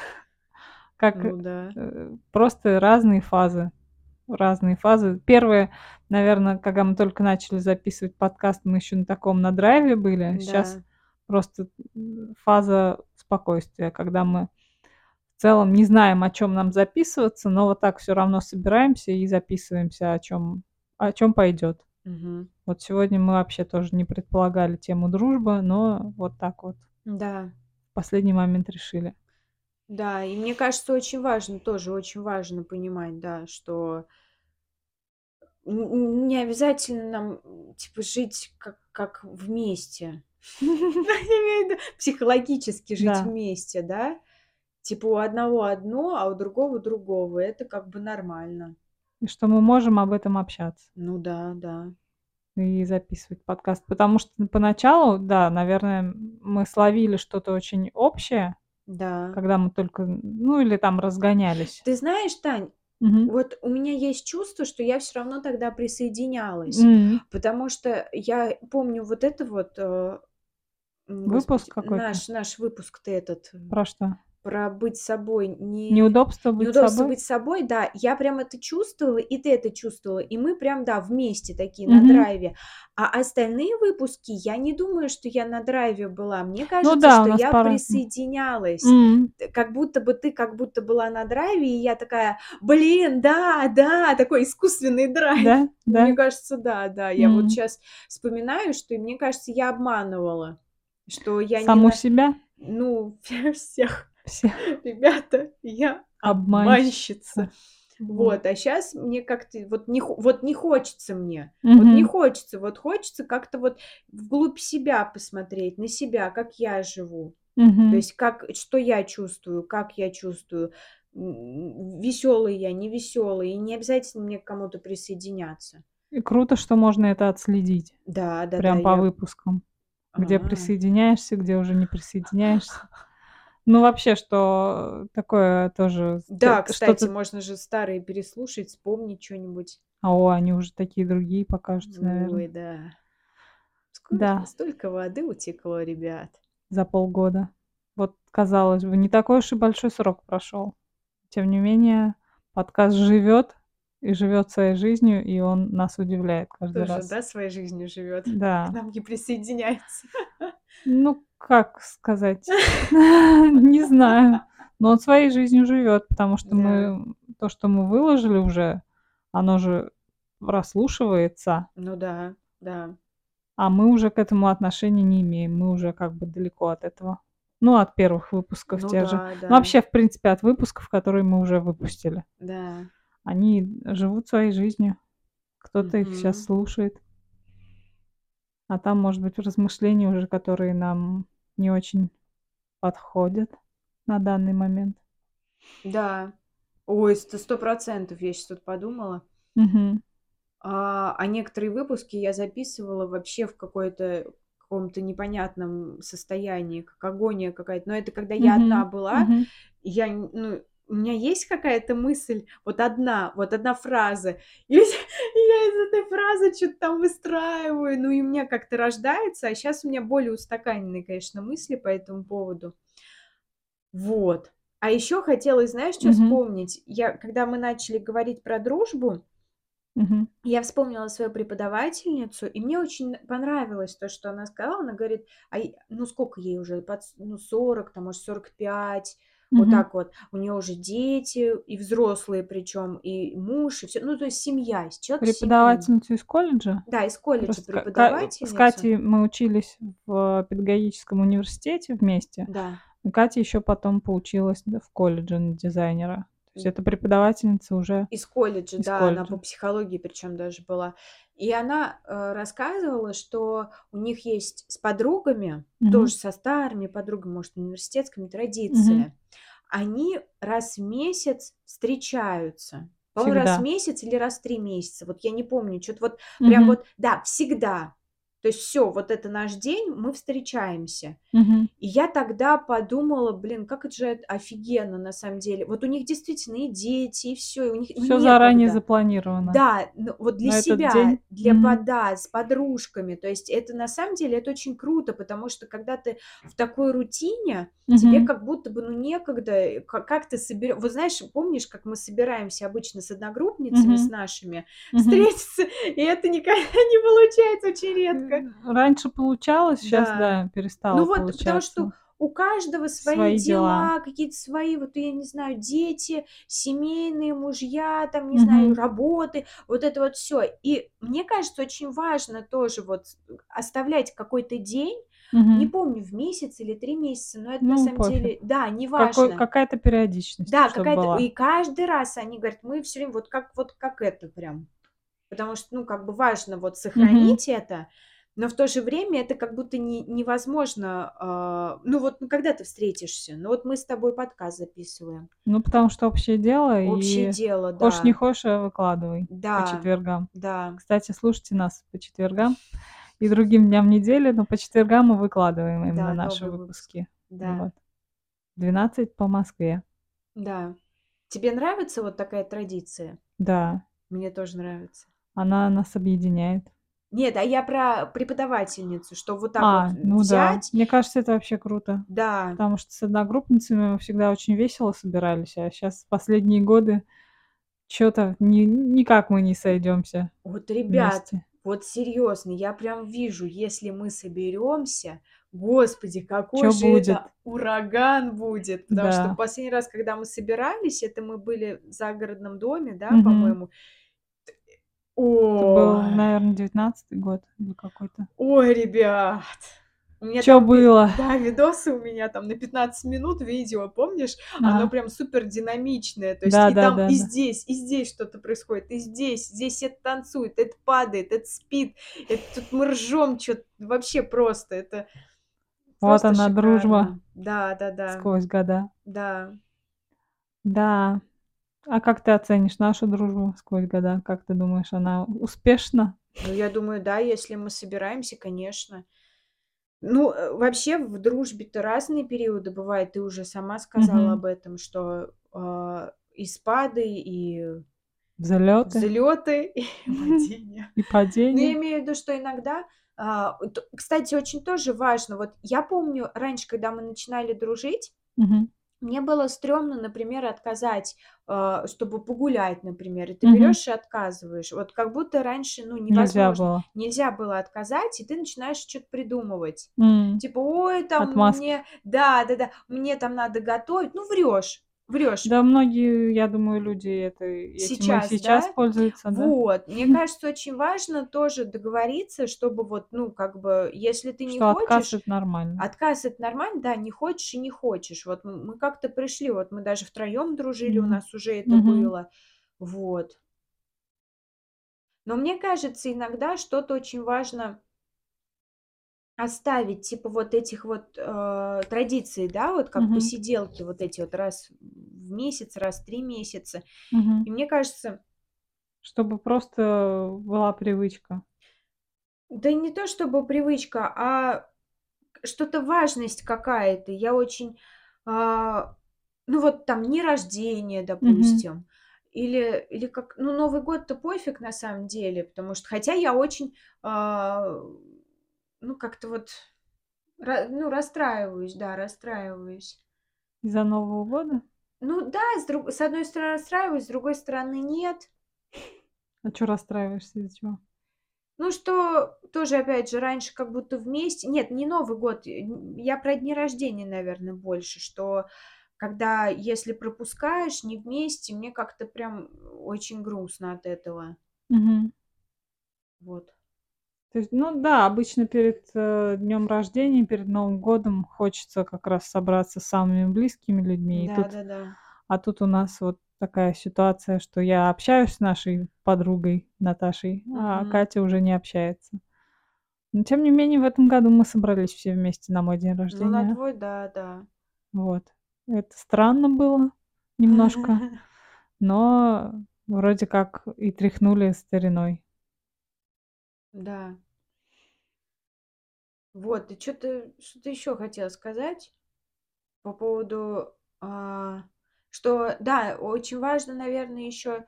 Как, ну да, просто разные фазы. Разные фазы. Первые, наверное, когда мы только начали записывать подкаст, мы еще на таком на драйве были. Сейчас да. просто, фаза спокойствия, когда мы в целом не знаем, о чем нам записываться, но вот так все равно собираемся и записываемся, о чем пойдет. Мгм. Вот сегодня мы вообще тоже не предполагали тему дружба, но вот так вот Да, в последний момент решили. да, и мне кажется, очень важно, тоже очень важно понимать, да, что не обязательно нам, типа, жить как вместе. Я имею в виду психологически жить Да, вместе, да. Типа у одного одно, а у другого другого. Это как бы нормально. и что мы можем об этом общаться Ну да, да, и записывать подкаст. Потому что поначалу, да, наверное, мы словили что-то очень общее, да. когда мы только, ну, или там разгонялись. Ты знаешь, Тань, Мгм. вот у меня есть чувство, что я все равно тогда присоединялась, М. потому что я помню вот это вот, Выпуск господи, какой-то? наш выпуск-то этот, Про что? про быть собой, не Неудобство быть неудобство собой? быть собой, да. Я прям это чувствовала, и ты это чувствовала, и мы прям, да, вместе такие на Мгм. драйве. А остальные выпуски, я не думаю, что я на драйве была. Мне Ну кажется, да, у что нас я по-разному. присоединялась. М. Как будто бы ты как будто была на драйве, и я такая: "Блин, да, да", такой искусственный драйв. Да, Мне да. кажется, да, да. Я вот М. сейчас вспоминаю, что, мне кажется, я обманывала, что я не Саму на себя? ну, всех. Всех. Ребята, я обманщица. Обманщица. Вот. Вот, а сейчас мне как-то вот не хочется мне. Вот не Мгм. хочется. Вот хочется как-то вот вглубь себя посмотреть, на себя, как я живу. То Мгм. есть что я чувствую, как я чувствую, веселый я, невеселый, и не обязательно мне к кому-то присоединяться. И круто, что можно это отследить Да, да-да, прям по я выпускам, где А. присоединяешься, где уже не присоединяешься. Ну, вообще, что такое тоже Да, кстати, что-то. можно же старые переслушать, вспомнить чё нибудь. Они уже такие другие покажутся, наверное. Ой, да. Да, Столько воды утекло, ребят. за полгода. Вот, казалось бы, не такой уж и большой срок прошел. Тем не менее, подкаст живет и живет своей жизнью, и он нас удивляет каждый Тоже, раз. да, своей жизнью живет. К Да. нам не присоединяется. Ну, как сказать? Не знаю. Но он своей жизнью живет, потому что Да, то, что мы выложили уже, оно же прослушивается, ну да, да. а мы уже к этому отношения не имеем. Мы уже как бы далеко от этого. Ну, от первых выпусков Ну тех же. да, Ну, да, вообще, в принципе, от выпусков, которые мы уже выпустили. да. Они живут своей жизнью. Кто-то их сейчас Мгм. слушает, а там, может быть, размышления уже, которые нам не очень подходят на данный момент. Да. Ой, 100%. Я сейчас тут подумала. Мгм. А некоторые выпуски я записывала вообще в каком-то непонятном состоянии, как агония какая-то. Но это когда я одна Мгм. была, Мгм. ну, у меня есть какая-то мысль, вот одна фраза, и я из этой фразы что то там выстраиваю, ну, и мне как-то рождается. А сейчас у меня более устаканенные, конечно, мысли по этому поводу. Вот. А еще хотелось, знаешь, что Мгм. вспомнить? Когда мы начали говорить про дружбу, Мгм. я вспомнила свою преподавательницу, и мне очень понравилось то, что она сказала. Она говорит, ну сколько ей уже, 40, там, может, 45, вот Мгм. так вот. У нее уже дети, и взрослые причем, и муж, и все. Ну, то есть семья, человек с семьей. Преподавательницу из колледжа? Да, из колледжа Просто с преподавательницу. Катей мы учились в педагогическом университете вместе. Да. И Катя еще потом поучилась, в колледже на дизайнера. То есть это преподавательница уже Из колледжа, из да, она по колледжа. психологии причем даже была. И она, рассказывала, что у них есть с подругами, Мгм. тоже со старыми подругами, может, университетскими, Мгм. традиция. Они раз в месяц встречаются. По-моему, раз в Всегда. месяц или раз в 3 месяца. Вот я не помню, что то вот прям Мгм. вот, да, всегда. То есть все, вот это наш день, мы встречаемся. Мгм. И я тогда подумала: "Блин, как это же офигенно на самом деле". Вот у них действительно и дети, и все, и у них ну Всё заранее некогда. запланировано Да, ну вот для на этот себя, день. для Мгм. пода с подружками. То есть это на самом деле это очень круто, потому что когда ты в такой рутине, тебе Мгм. как будто бы, ну, некогда, как ты соберё вот знаешь, помнишь, как мы собираемся обычно с одногруппницами, с Мгм. нашими, Мгм. встретиться, и это никогда не получается, очень редко. Раньше получалось, сейчас, Да. да, Ну перестало вот, потому что получаться. у каждого свои Свои дела. дела, какие-то свои, вот я не знаю, дети, семейные, мужья, там, не знаю, Мгм. работы, вот это вот все. И мне кажется, очень важно тоже вот оставлять какой-то день, не Мгм. помню, в месяц или 3 месяца, но это на Ну, самом пофиг. деле, да, неважно. Какая-то периодичность, Да, чтобы какая-то, и была. каждый раз они говорят, мы все время вот как это прям. Потому что, ну, как бы важно вот Мгм. сохранить это, но в то же время это как будто невозможно. Ну вот, ну, когда ты встретишься? Ну вот мы с тобой подкаст записываем. Ну, потому что общее дело, Общее и дело, хочешь не да. хочешь, а выкладывай по Да, четвергам. да, Кстати, слушайте нас по четвергам и другим дням недели, но по четвергам мы выкладываем именно да, наши новые выпуски. выпуски. Да, Вот. 12 по Москве. да. Тебе нравится вот такая традиция? Да, Мне тоже нравится. она нас объединяет. Нет, а я про преподавательницу, что вот так вот Ну да. взять. Мне кажется, это вообще круто, Да, потому что с одногруппницами мы всегда очень весело собирались, а сейчас последние годы что то никак мы не сойдемся вот, ребят, вместе. вот серьезно, я прям вижу, если мы соберемся, господи, какой Что же будет? это ураган будет. Потому что Да. последний раз, когда мы собирались, это мы были в загородном доме, да, Мгм. по-моему. Это был, Ой, наверное, 19-й год или какой-то. ой, ребят, у меня Что там, было? да, видосы у меня там на 15 минут видео, помнишь? Оно Ага. прям супер динамичное, то есть Да-да-да-да. и здесь что-то происходит, и здесь это танцует, это падает, это спит, это тут мы ржем, что вообще просто, это Вот просто она, дружба шикарно. Да, да-да, сквозь года. да. Да. А как ты оценишь нашу дружбу сквозь года? Как ты думаешь, она успешна? Ну, я думаю, да, если мы собираемся, конечно. Ну, вообще в дружбе-то разные периоды бывают. Ты уже сама сказала Мгм. об этом, что, и спады, и Взлеты взлеты, и падения. и Но я падения. имею в виду, что иногда, кстати, очень тоже важно. Вот я помню раньше, когда мы начинали дружить, Мгм. мне было стрёмно, например, отказать, чтобы погулять, например, и ты Мгм. берёшь и отказываешь. Вот как будто раньше, ну, Нельзя невозможно. было. Нельзя было отказать, и ты начинаешь что-то придумывать. М. Типа: "Ой, там Отмазки. мне да-да-да, мне там надо готовить". Ну, врёшь, врёшь. Да, многие, я думаю, люди этим и Сейчас, сейчас да? пользуются, да? Вот. Мне кажется, очень важно тоже договориться, чтобы вот, ну, как бы, если ты не Что отказ — хочешь, это нормально. отказ — это нормально, да, не хочешь и не хочешь. Вот мы как-то пришли, вот мы даже втроём дружили, у Мгм. нас уже это Мгм. было. Вот. Но мне кажется, иногда что-то очень важно оставить, типа вот этих вот, традиций, да, вот как Мгм. посиделки вот эти вот раз в месяц, раз в 3 месяца. Мгм. И мне кажется, Чтобы просто была привычка. да не то чтобы привычка, а что-то важность какая-то. Я очень, а, ну вот там дни рождения, Мгм. допустим, или как, ну, Новый год-то пофиг на самом деле, потому что, хотя я очень, а, ну, как-то вот, ну, расстраиваюсь, да, расстраиваюсь. Из-за Нового года? Ну да, с одной стороны расстраиваюсь, с другой стороны нет. А чё расстраиваешься, из-за чего? Ну, что тоже, опять же, раньше как будто вместе. Нет, не Новый год, я про дни рождения, наверное, больше, что когда, если пропускаешь, не вместе, мне как-то прям очень грустно от этого. Мгм. Вот. То есть, ну да, обычно перед, днем рождения, перед Новым годом хочется как раз собраться с самыми близкими людьми. Да-да-да. А тут у нас вот такая ситуация, что я общаюсь с нашей подругой Наташей, а Мгм. Катя уже не общается. Но тем не менее, в этом году мы собрались все вместе на мой день Ну, на рождения. твой, да-да. Вот. Это странно было немножко, но вроде как и тряхнули стариной. Да. Вот, и что-то еще хотела сказать по поводу, что, да, очень важно, наверное, еще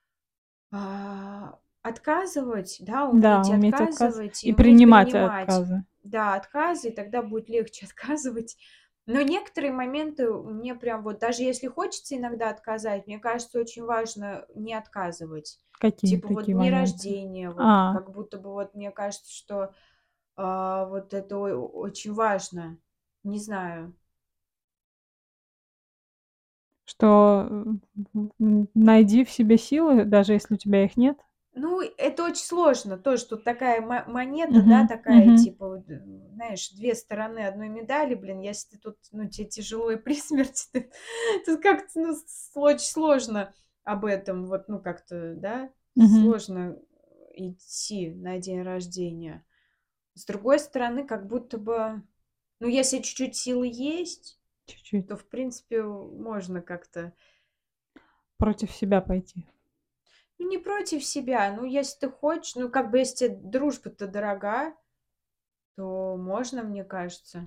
отказывать, да, Да, уметь уметь отказ отказывать и и уметь принимать принимать, отказы. да, отказы, и тогда будет легче отказывать. Но некоторые моменты мне прям вот, даже если хочется иногда отказать, мне кажется, очень важно не отказывать. Какие Типа вот такие дни моменты? рождения, вот А, как будто бы вот мне кажется, что вот это очень важно. Не знаю. что, найди в себе силы, даже если у тебя их нет. Ну, это очень сложно. Тоже тут такая монета, да, Мгм, такая, мгм. типа, вот, знаешь, 2 стороны одной медали, блин. Если ты тут, ну, тебе тяжело и при смерти, ты тут как-то, ну, очень сложно об этом, вот, ну, как-то, да, Мгм. сложно идти на день рождения. С другой стороны, как будто бы, ну, если чуть-чуть силы есть, Чуть-чуть то, в принципе, можно как-то, против себя пойти. ну, не против себя, ну, если ты хочешь, ну, как бы, если тебе дружба-то дорога, то можно, мне кажется.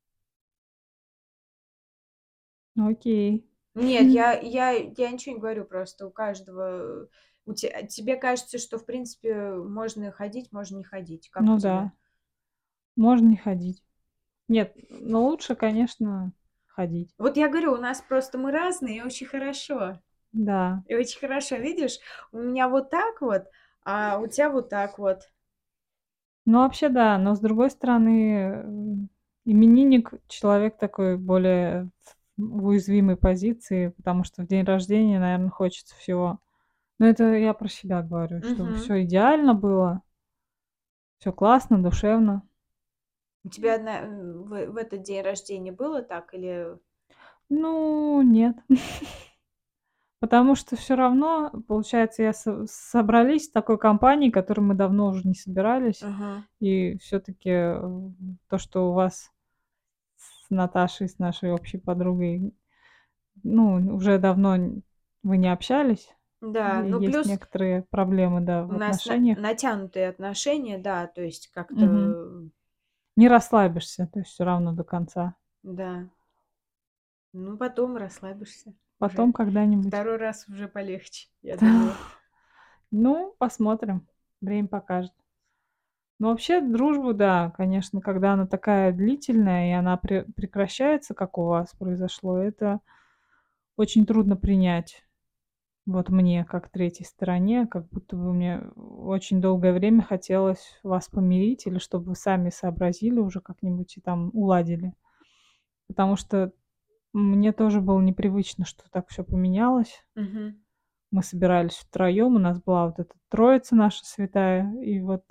Окей. Нет, я ничего не говорю, просто у каждого, тебе кажется, что, в принципе, можно ходить, можно не ходить. Как у Ну тебя? да, можно не ходить. Нет, но лучше, конечно, ходить. Вот я говорю, у нас просто мы разные, и очень хорошо. Да. И очень хорошо, видишь, у меня вот так вот, а у тебя вот так вот. Ну, вообще, да, но с другой стороны, именинник — человек такой более в уязвимой позиции, потому что в день рождения, наверно, хочется всего. Но это я про себя говорю, чтобы Мгм. всё идеально было, всё классно, душевно. У тебя в этот день рождения было так или? Ну, нет. Потому что всё равно, получается, я собрались с такой компанией, которой мы давно уже не собирались. Ага. И всё-таки, то, что у вас с Наташей, с нашей общей подругой, ну, уже давно Вы не общались? И Да, ну есть плюс некоторые проблемы, да, у в нас отношениях. натянутые отношения, да, то есть Мгм. как-то, Не расслабишься, то есть всё равно до конца. да. Ну, потом расслабишься Потом уже. когда-нибудь. Второй раз уже полегче, я думаю. Ну, посмотрим, время покажет. Но вообще дружбу, да, конечно, когда она такая длительная и она прекращается, как у вас произошло, это очень трудно принять. Вот мне, как третьей стороне, как будто бы мне очень долгое время хотелось вас помирить или чтобы вы сами сообразили уже как-нибудь и там уладили. Потому что мне тоже было непривычно, что так все поменялось. Мгм. Мы собирались втроем, у нас была вот эта троица наша святая, и вот,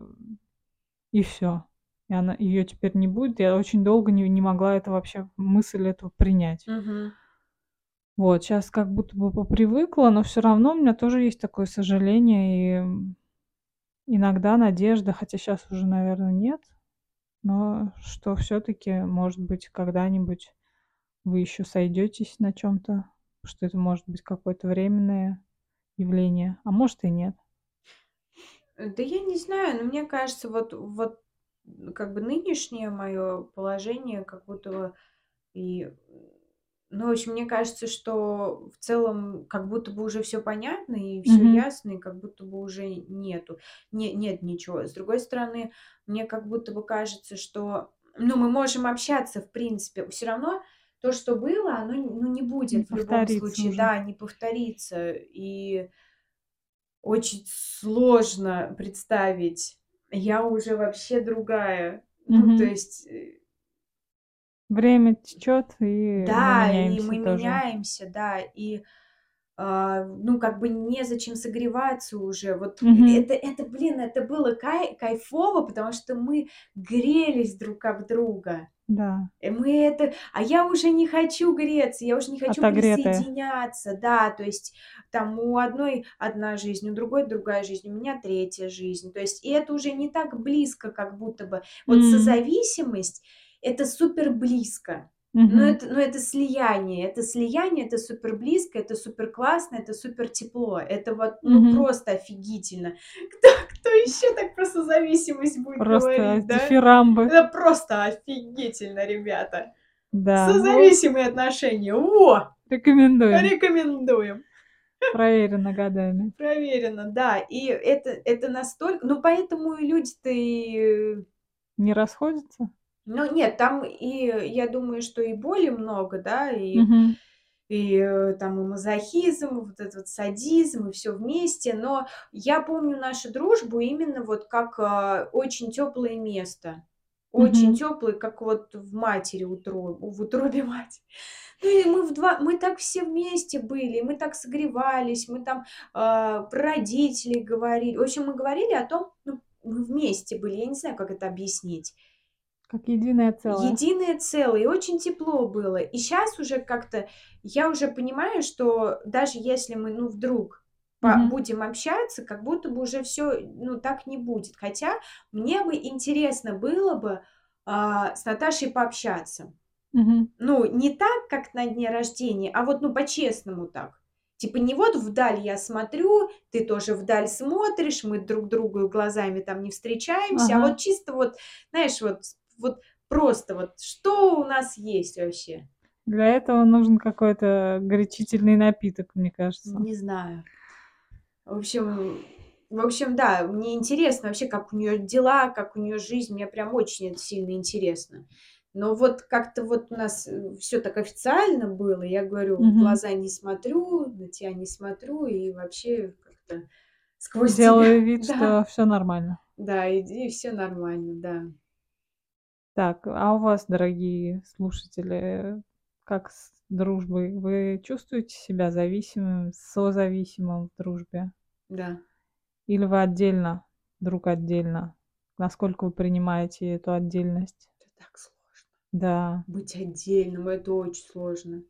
и все. И она ее теперь не будет. Я очень долго не могла это вообще, мысль эту принять. Мгм. Вот, сейчас как будто бы попривыкла, но все равно у меня тоже есть такое сожаление и, иногда надежда, хотя сейчас уже, наверное, нет, но что все таки может быть, когда-нибудь вы еще сойдетесь на чем то, что это может быть какое-то временное явление, а может и нет. Да я не знаю, но мне кажется, как бы нынешнее мое положение как будто бы и, ну, в общем, мне кажется, что в целом как будто бы уже все понятно и все Мгм. ясно, и как будто бы уже нет ничего. С другой стороны, мне как будто бы кажется, что, ну, мы можем общаться, в принципе. Все равно то, что было, оно, ну, не Не будет в любом повторится случае, уже. да, не повторится. И очень сложно представить. Я уже вообще другая. Ну, то Мгм. есть, Время течет, и мы да, и меняемся мы тоже. меняемся, да, и, ну, как бы незачем согреваться уже. Вот Мгм. блин, это было кайфово, потому что мы грелись друг об друга. Да, А я уже не хочу греться, я уже не хочу отогретая. присоединяться, да, то есть там у одной одна жизнь, у другой другая жизнь, у меня третья жизнь, то есть и это уже не так близко, как будто бы. Вот М. созависимость — это супер близко, Мгм. но это слияние, это супер близко, это супер классно, это супер тепло, это вот, ну, Мгм. просто офигительно. Кто еще так про созависимость будет Просто говорить, да? дифирамбы. Это просто офигительно, ребята. Да, вот, Созависимые отношения. Во! рекомендуем. Рекомендуем. Проверено годами. Проверено, да. И это настолько, ну, поэтому и люди-то и Не расходятся? ну, нет, там и я думаю, что и боли много, да, Мгм. там и мазохизм, и вот этот вот садизм, и все вместе. Но я помню нашу дружбу именно вот как, очень теплое место. Очень Мгм. теплое, как вот в матери в утробе матери. Ну и мы так все вместе были, и мы так согревались, мы там, про родителей говорили. В общем, мы говорили о том, ну, мы вместе были, я не знаю, как это объяснить. Как единое целое. Единое целое, и очень тепло было. И сейчас уже как-то я уже понимаю, что даже если мы, ну, вдруг Мгм. будем общаться, как будто бы уже все, ну, так не будет. Хотя мне бы интересно было бы, с Наташей пообщаться. Мгм. Ну, не так, как на дне рождения, а вот, ну, по-честному так. Типа не вот вдаль я смотрю, ты тоже вдаль смотришь, мы друг другу глазами там не встречаемся, а Ага. вот чисто вот, знаешь, вот просто вот что у нас есть вообще? Для этого нужен какой-то горячительный напиток, мне кажется. Не знаю. В общем да, мне интересно вообще, как у нее дела, как у нее жизнь. Мне прям очень это сильно интересно. Но вот как-то вот у нас, все так официально было. Я говорю, в Мгм. глаза не смотрю, на тебя не смотрю и вообще как-то сквозь тебя. Делаю вид, Да, что все нормально. да, и всё нормально, да. Так, а у вас, дорогие слушатели, как с дружбой? Вы чувствуете себя зависимым, созависимым в дружбе? Да. Или вы отдельно, друг отдельно? Насколько вы принимаете эту отдельность? Это так сложно. Да, Быть отдельным — это очень сложно.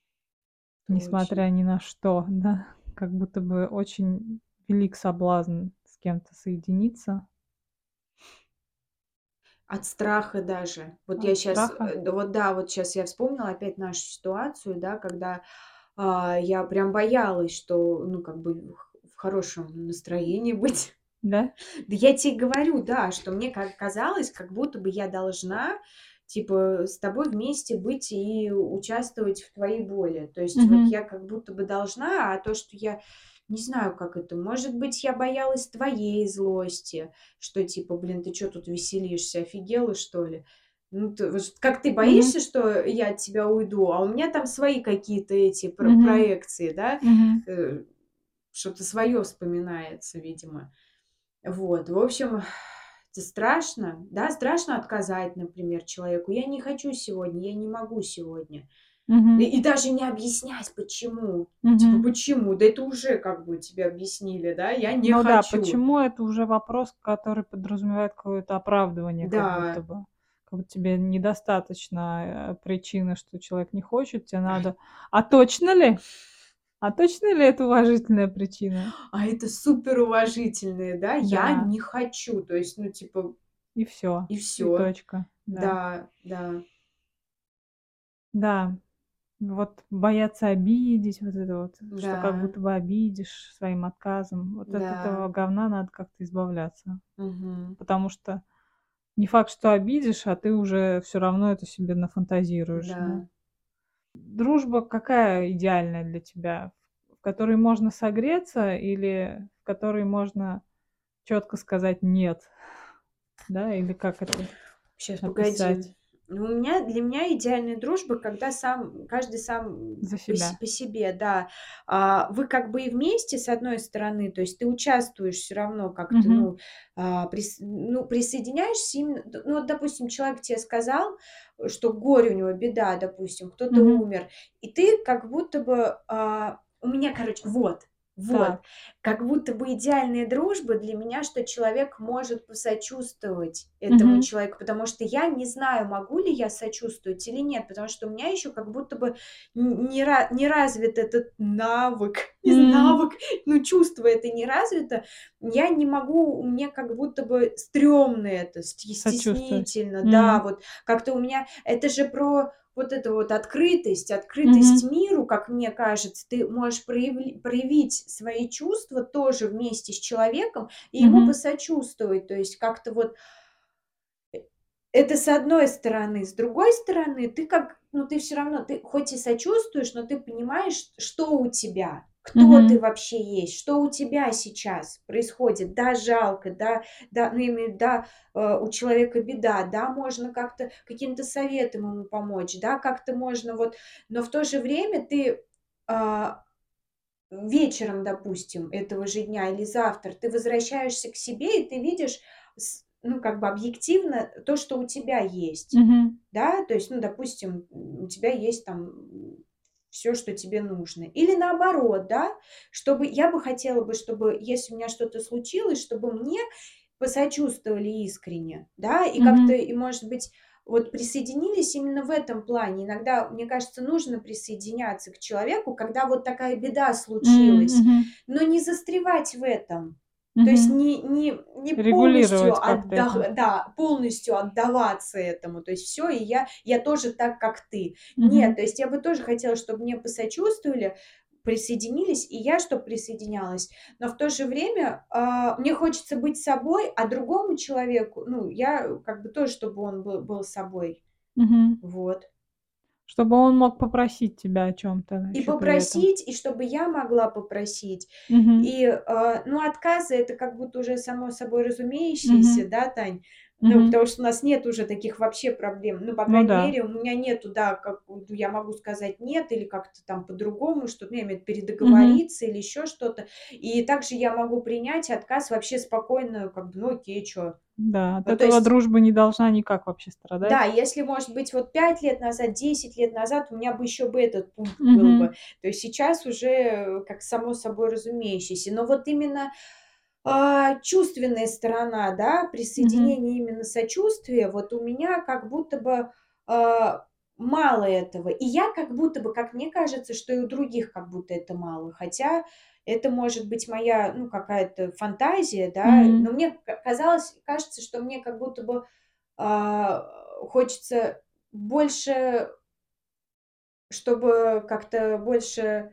Это очень. несмотря ни на что, да? Как будто бы очень велик соблазн с кем-то соединиться От страха даже. Вот я от сейчас, страха. да, вот щас я вспомнила опять нашу ситуацию, да, когда, Я прям боялась, что, ну, как бы в хорошем настроении быть. Да? Да я тебе говорю, да, что мне как казалось, как будто бы я должна, типа, с тобой вместе быть и участвовать в твоей боли. То есть вот Мгм. я как будто бы должна, а то, что я не знаю, как это. Может быть, я боялась твоей злости, что типа, блин, ты что тут веселишься, офигела, что ли? Ну, вот как ты Мгм. боишься, что я от тебя уйду, а у меня там свои какие-то эти Мгм. проекции, да, Мгм. э, что-то свое вспоминается, видимо. Вот, в общем, это страшно, да, страшно отказать, например, человеку. Я не хочу сегодня, я не могу сегодня. И, Мгм. и даже не объяснять, почему. Типа, Мгм. почему? Да это уже как бы тебе объяснили, да, я не Ну да, хочу. почему — это уже вопрос, который подразумевает какое-то оправдывание, как будто Да, бы. Как будто тебе недостаточно, причины, что человек не хочет, тебе ай, надо: "А точно ли? А точно ли это уважительная причина?" а это супер уважительные, да, я Да, не хочу. То есть, ну, типа, и все, и и все. точка. Да. Да, да, Да, вот бояться обидеть, вот это вот, что как да, будто бы обидишь своим отказом. Вот от да. этого говна надо как-то избавляться. Мгм. Потому что не факт, что обидишь, а ты уже все равно это себе нафантазируешь, да. Да. Дружба какая идеальная для тебя? В которой можно согреться или в которой можно четко сказать "нет"? Да, или как это Сейчас, погоди. описать? Ну, для меня идеальная дружба, когда каждый сам За себя. по себе, да. Вы как бы и вместе, с одной стороны, то есть ты участвуешь все равно как-то, Мгм. ну, присоединяешься именно, ну, вот, допустим, человек тебе сказал, что горе у него, беда, допустим, кто-то Мгм. умер, и ты как будто бы, у меня, короче, вот, Так. как будто бы идеальная дружба для меня, что человек может посочувствовать этому Мгм. человеку, потому что я не знаю, могу ли я сочувствовать или нет, потому что у меня еще как будто бы не развит этот навык, М. ну, чувство это не развито. Я не могу, мне как будто бы стрёмно это, Сочувствовать. стеснительно, да, М. вот как-то у меня это же про вот эту вот открытость Мгм. миру, как мне кажется. Ты можешь проявить свои чувства тоже вместе с человеком и ему Мгм. посочувствовать. То есть как-то вот это с одной стороны. С другой стороны, ты как, ну, ты все равно, ты хоть и сочувствуешь, но ты понимаешь, что у тебя, кто ты Мгм. вообще есть, что у тебя сейчас происходит. Да, жалко, да, ну, я имею в виду, да, у человека беда, да, можно как-то каким-то советом ему помочь, да, как-то можно вот, но в то же время ты, а, вечером, допустим, этого же дня или завтра ты возвращаешься к себе, и ты видишь, ну, как бы объективно то, что у тебя есть. Мгм. Да, то есть, ну, допустим, у тебя есть там все, что тебе нужно. Или наоборот, да, чтобы я бы хотела бы, чтобы, если у меня что-то случилось, чтобы мне посочувствовали искренне, да, и как-то, Мгм. и, может быть, вот присоединились именно в этом плане. Иногда, мне кажется, нужно присоединяться к человеку, когда вот такая беда случилась, Мгм. но не застревать в этом. То есть Мгм. не полностью Регулировать как-то это. да, полностью отдаваться этому. То есть все, и я тоже так, как ты. Нет, Мгм. то есть я бы тоже хотела, чтобы мне посочувствовали, присоединились, и я чтоб присоединялась. Но в то же время, мне хочется быть собой, а другому человеку, ну, я как бы тоже, чтобы он был собой. Мгм. Вот. Чтобы он мог попросить тебя о чем то И еще при этом. попросить, и чтобы я могла попросить. Мгм. И, ну, отказы — это как будто уже само собой разумеющееся, Мгм. да, Тань? Ну, Мгм. потому что у нас нет уже таких вообще проблем. Ну, по Ну крайней да. мере, у меня нету, да, как вот я могу сказать "нет" или как-то там по-другому, что, ну, я имею в виду Мгм. передоговориться или еще что-то. И также я могу принять отказ вообще спокойно, как бы, ну, окей, чё. Да, от Ну, то этого есть дружба не должна никак вообще да, страдать. если, может быть, вот 5 лет назад, 10 лет назад у меня бы еще бы этот пункт был бы. Мгм. То есть сейчас уже, как само собой разумеющееся. Но вот именно, чувственная сторона, да, Мгм. присоединение именно сочувствия, вот у меня как будто бы, а, мало этого. И я как будто бы, как мне кажется, что и у других как будто это мало. Хотя это может быть моя, ну, какая-то фантазия, да, но Мгм. мне кажется, что мне как будто бы хочется больше чтобы как-то больше,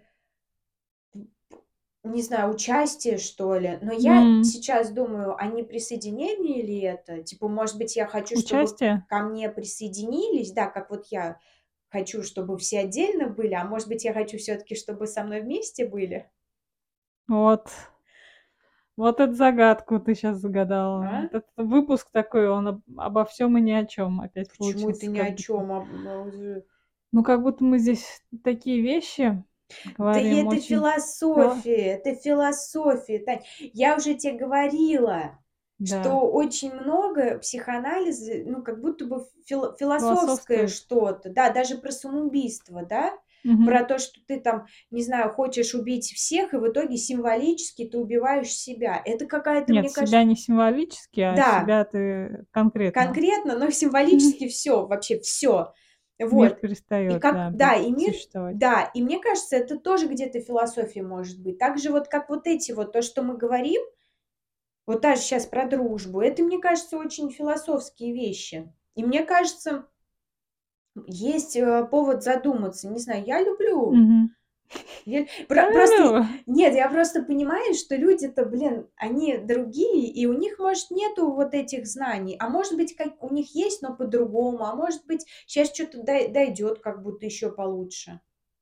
не знаю, участия, что ли. Но я М, сейчас думаю, а не присоединение ли это? Типа, может быть, я хочу, чтобы Участие? ко мне присоединились, да, как вот я хочу, чтобы все отдельно были, а может быть, я хочу все-таки, чтобы со мной вместе были, Вот. Вот эту загадку ты сейчас загадала. а? Вот этот выпуск такой, он обо всем и ни о чем опять Почему это получился, ни как о будто. чем? Ну, как будто мы здесь такие вещи Да и говорим очень фило это философия, Тань. Я уже тебе говорила, да, что очень много психоанализа, ну, как будто бы философское философствует. что-то, да, даже про самоубийство, да, Мгм. про то, что ты там, не знаю, хочешь убить всех, и в итоге символически ты убиваешь себя. Это какая-то, Нет, мне себя кажется, не символически, а да, себя ты конкретно. конкретно, но символически все вообще все. Мир Вот. И перестает, как да, да, быть и мир существовать. да, и мне кажется, это тоже где-то философия может быть. Так же вот, как вот эти вот, то, что мы говорим, вот даже сейчас про дружбу, это, мне кажется, очень философские вещи. И мне кажется, есть, повод задуматься. Не знаю, я люблю Мгм. Я просто люблю. нет, я просто понимаю, что люди-то, блин, они другие, и у них, может, нету вот этих знаний, а может быть, как у них есть, но по-другому, а может быть, сейчас что то дойдет как будто еще получше.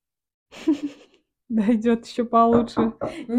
Дойдет еще получше.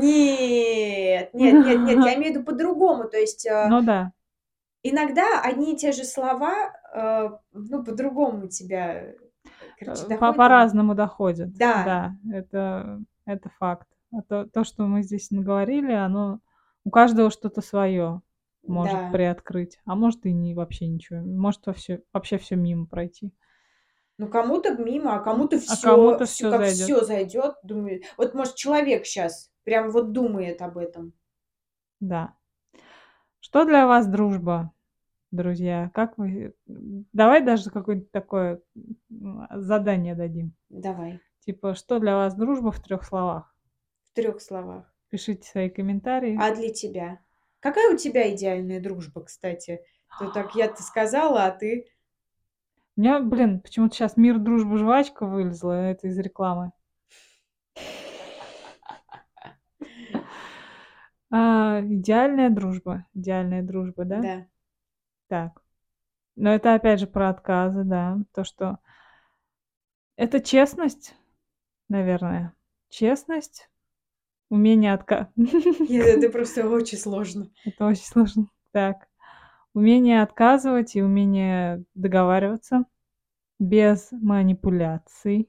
Нет, я имею в виду по-другому. То есть, Ну да, иногда одни и те же слова, ну, по-другому тебя, короче, доходят до них. по-разному доходят. Да, Да, это факт. А то, что мы здесь наговорили, оно у каждого что-то свое может да. приоткрыть, а может и не вообще ничего. Может вообще все мимо пройти. Ну, кому-то мимо, а кому-то А все, кому-то все все как зайдет. все зайдет. Думаю, вот, может, человек сейчас прям вот думает об этом. Да. Что для вас дружба, друзья? Как вы давай даже какое-нибудь такое, задание дадим. Давай, Типа, что для вас дружба в 3 словах? в 3 словах. Пишите свои комментарии. А для тебя? Какая у тебя идеальная дружба, кстати? То так я-то сказала, а ты У меня, блин, почему-то сейчас "Мир, дружба, жвачка" вылезла, это из рекламы. Идеальная дружба, да? Да. Так. Но это опять же про отказы, да. То, что это честность, наверное. Честность, умение отка Нет, это просто очень сложно. Это очень сложно. Так. Умение отказывать и умение договариваться без манипуляций.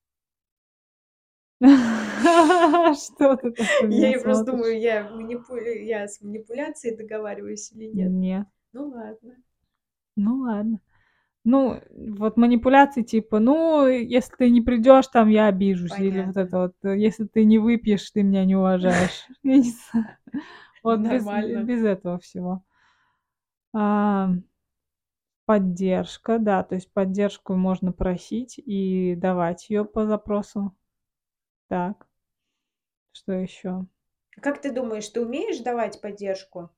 Что ты так на меня Я и просто смотришь? думаю, я с манипуляцией договариваюсь или нет. Нет. Ну ладно, Ну ладно. Ну, вот манипуляции типа: "Ну, если ты не придёшь, там я обижусь". Или вот понятно. это вот: "Если ты не выпьешь, ты меня не уважаешь". Я не знаю. Вот Нормально. без этого всего. А, Поддержка, да, то есть поддержку можно просить и давать её по запросу. Так, что ещё? Как ты думаешь, ты умеешь давать поддержку?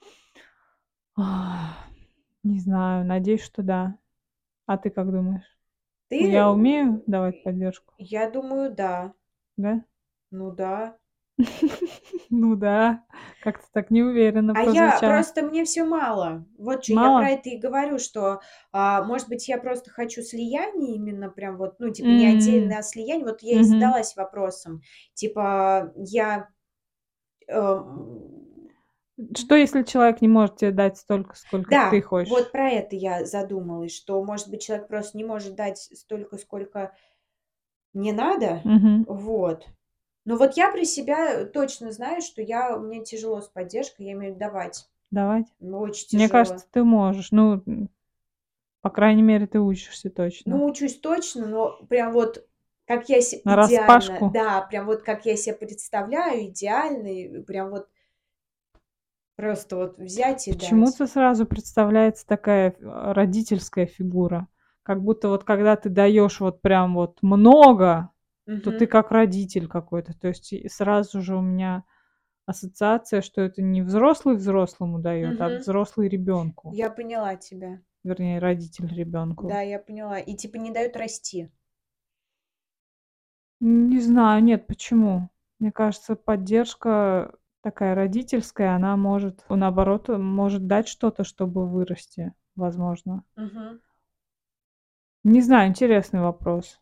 Не знаю, надеюсь, что да. А ты как думаешь? Ты, Я умею давать поддержку, я думаю, да. да? Ну да. Ну да, как-то так неуверенно А я прозвучало. просто мне все мало. Вот что я про Мало? это и говорю, что, может быть, я просто хочу слияние именно прям вот, ну, типа не М, отдельное, а слияние. Вот я и мгм. задалась вопросом, типа, эм Что, если человек не может тебе дать столько, сколько ты Да, вот хочешь? про это я задумалась, что, может быть, человек просто не может дать столько, сколько мне надо. Мгм. Вот. Но вот я про себя точно знаю, что мне тяжело с поддержкой, я имею в виду давать. Давать? Очень Мне тяжело. кажется, ты можешь. Ну, по крайней мере, ты учишься точно. Ну, учусь точно, но прям вот как я се идеально, Нараспашку. да, прям вот как я себе представляю, идеально, и прям вот просто вот взять и дать. Почему-то сразу представляется такая родительская фигура. Как будто вот когда ты даешь вот прям вот много, то ты Мгм, как родитель какой-то. То есть и сразу же у меня ассоциация, что это не взрослый взрослому дает, а мгм. взрослый ребенку. Я поняла тебя. Вернее, родитель ребенку. Да, я поняла. И типа не дают расти. Не знаю, нет, почему? Мне кажется, поддержка такая родительская, она может, наоборот, может дать что-то, чтобы вырасти, возможно. Мгм. Не знаю, интересный вопрос.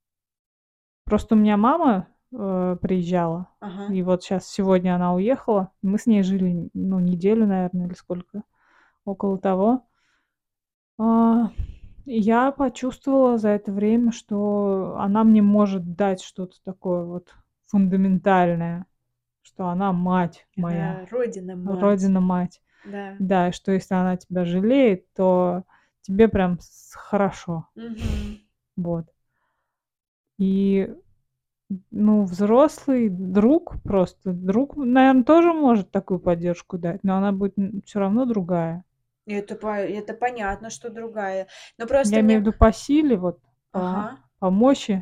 Просто у меня мама, приезжала, Ага. и вот сейчас сегодня она уехала. Мы с ней жили, ну, неделю, наверное, или сколько, около того. А, и я почувствовала за это время, что она мне может дать что-то такое вот фундаментальное, что она мать моя, Ага, родина-мать. родина-мать. Да. Да, и что если она тебя жалеет, то тебе прям хорошо. Мгм. Вот. И, ну, взрослый друг, просто друг, наверное, тоже может такую поддержку дать, но она будет все равно другая. И это понятно, что другая. Но просто Я имею в мне виду по силе, вот, Ага. по мощи.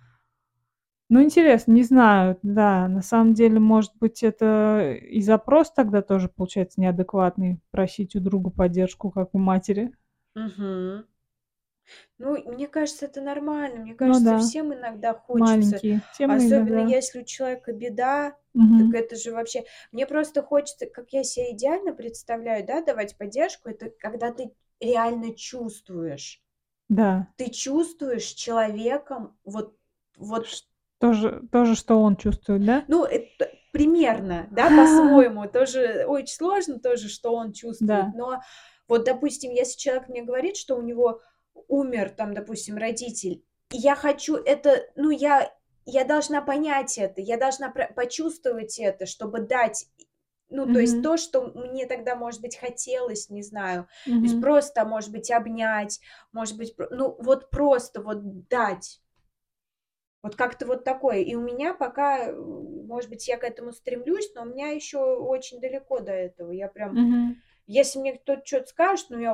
Ну, интересно, не знаю, да, на самом деле, может быть, это и запрос тогда тоже получается неадекватный, просить у друга поддержку, как у матери. Мгм. Ну, мне кажется, это нормально. Мне Ну кажется, да, всем иногда хочется, маленькие, все мы особенно иногда. если у человека беда, так Мгм. это же вообще Мне просто хочется, как я себе идеально представляю, да, давать поддержку — это когда ты реально чувствуешь. Да. Ты чувствуешь человеком вот, Тоже, что он чувствует, да? ну, это примерно, да, по-своему. Тоже очень сложно тоже, что он чувствует. Да. Но вот, допустим, если человек мне говорит, что у него умер, там, допустим, родитель, и я хочу это, ну, я должна понять это, я должна почувствовать это, чтобы дать, ну, то есть Мгм. то, что мне тогда, может быть, хотелось, не знаю, то есть Мгм. просто, может быть, обнять, может быть, ну, вот просто вот дать. Вот как-то вот такое. И у меня пока, может быть, я к этому стремлюсь, но у меня еще очень далеко до этого. Я прям, Мгм. если мне кто-то что-то скажет, ну я,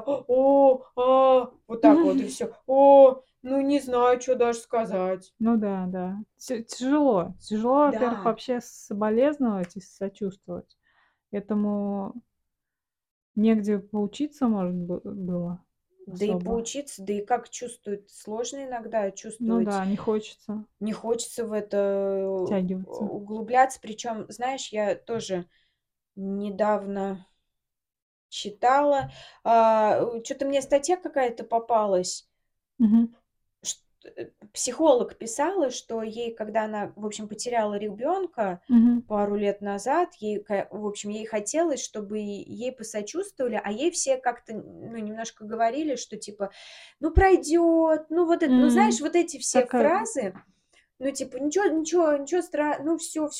вот так вот и все. О, ну не знаю, что даже сказать. Ну да, да. Тяжело. Тяжело, во-первых, Да, вообще соболезновать и сочувствовать. Этому негде поучиться, может, было да и особо. поучиться, да и как чувствует, сложно иногда Ну чувствовать. да, не хочется Не хочется в это втягиваться. углубляться. Причем, знаешь, я тоже недавно читала, что то мне статья какая-то попалась. Мгм. Психолог писала, что ей, когда она, в общем, потеряла ребенка Мгм. пару лет назад, в общем, ей хотелось, чтобы ей посочувствовали, а ей все как-то, ну, немножко говорили, что типа, ну, пройдет, ну, вот это, ну, знаешь, М. вот эти все Такая, фразы, ну, типа, ничего ну,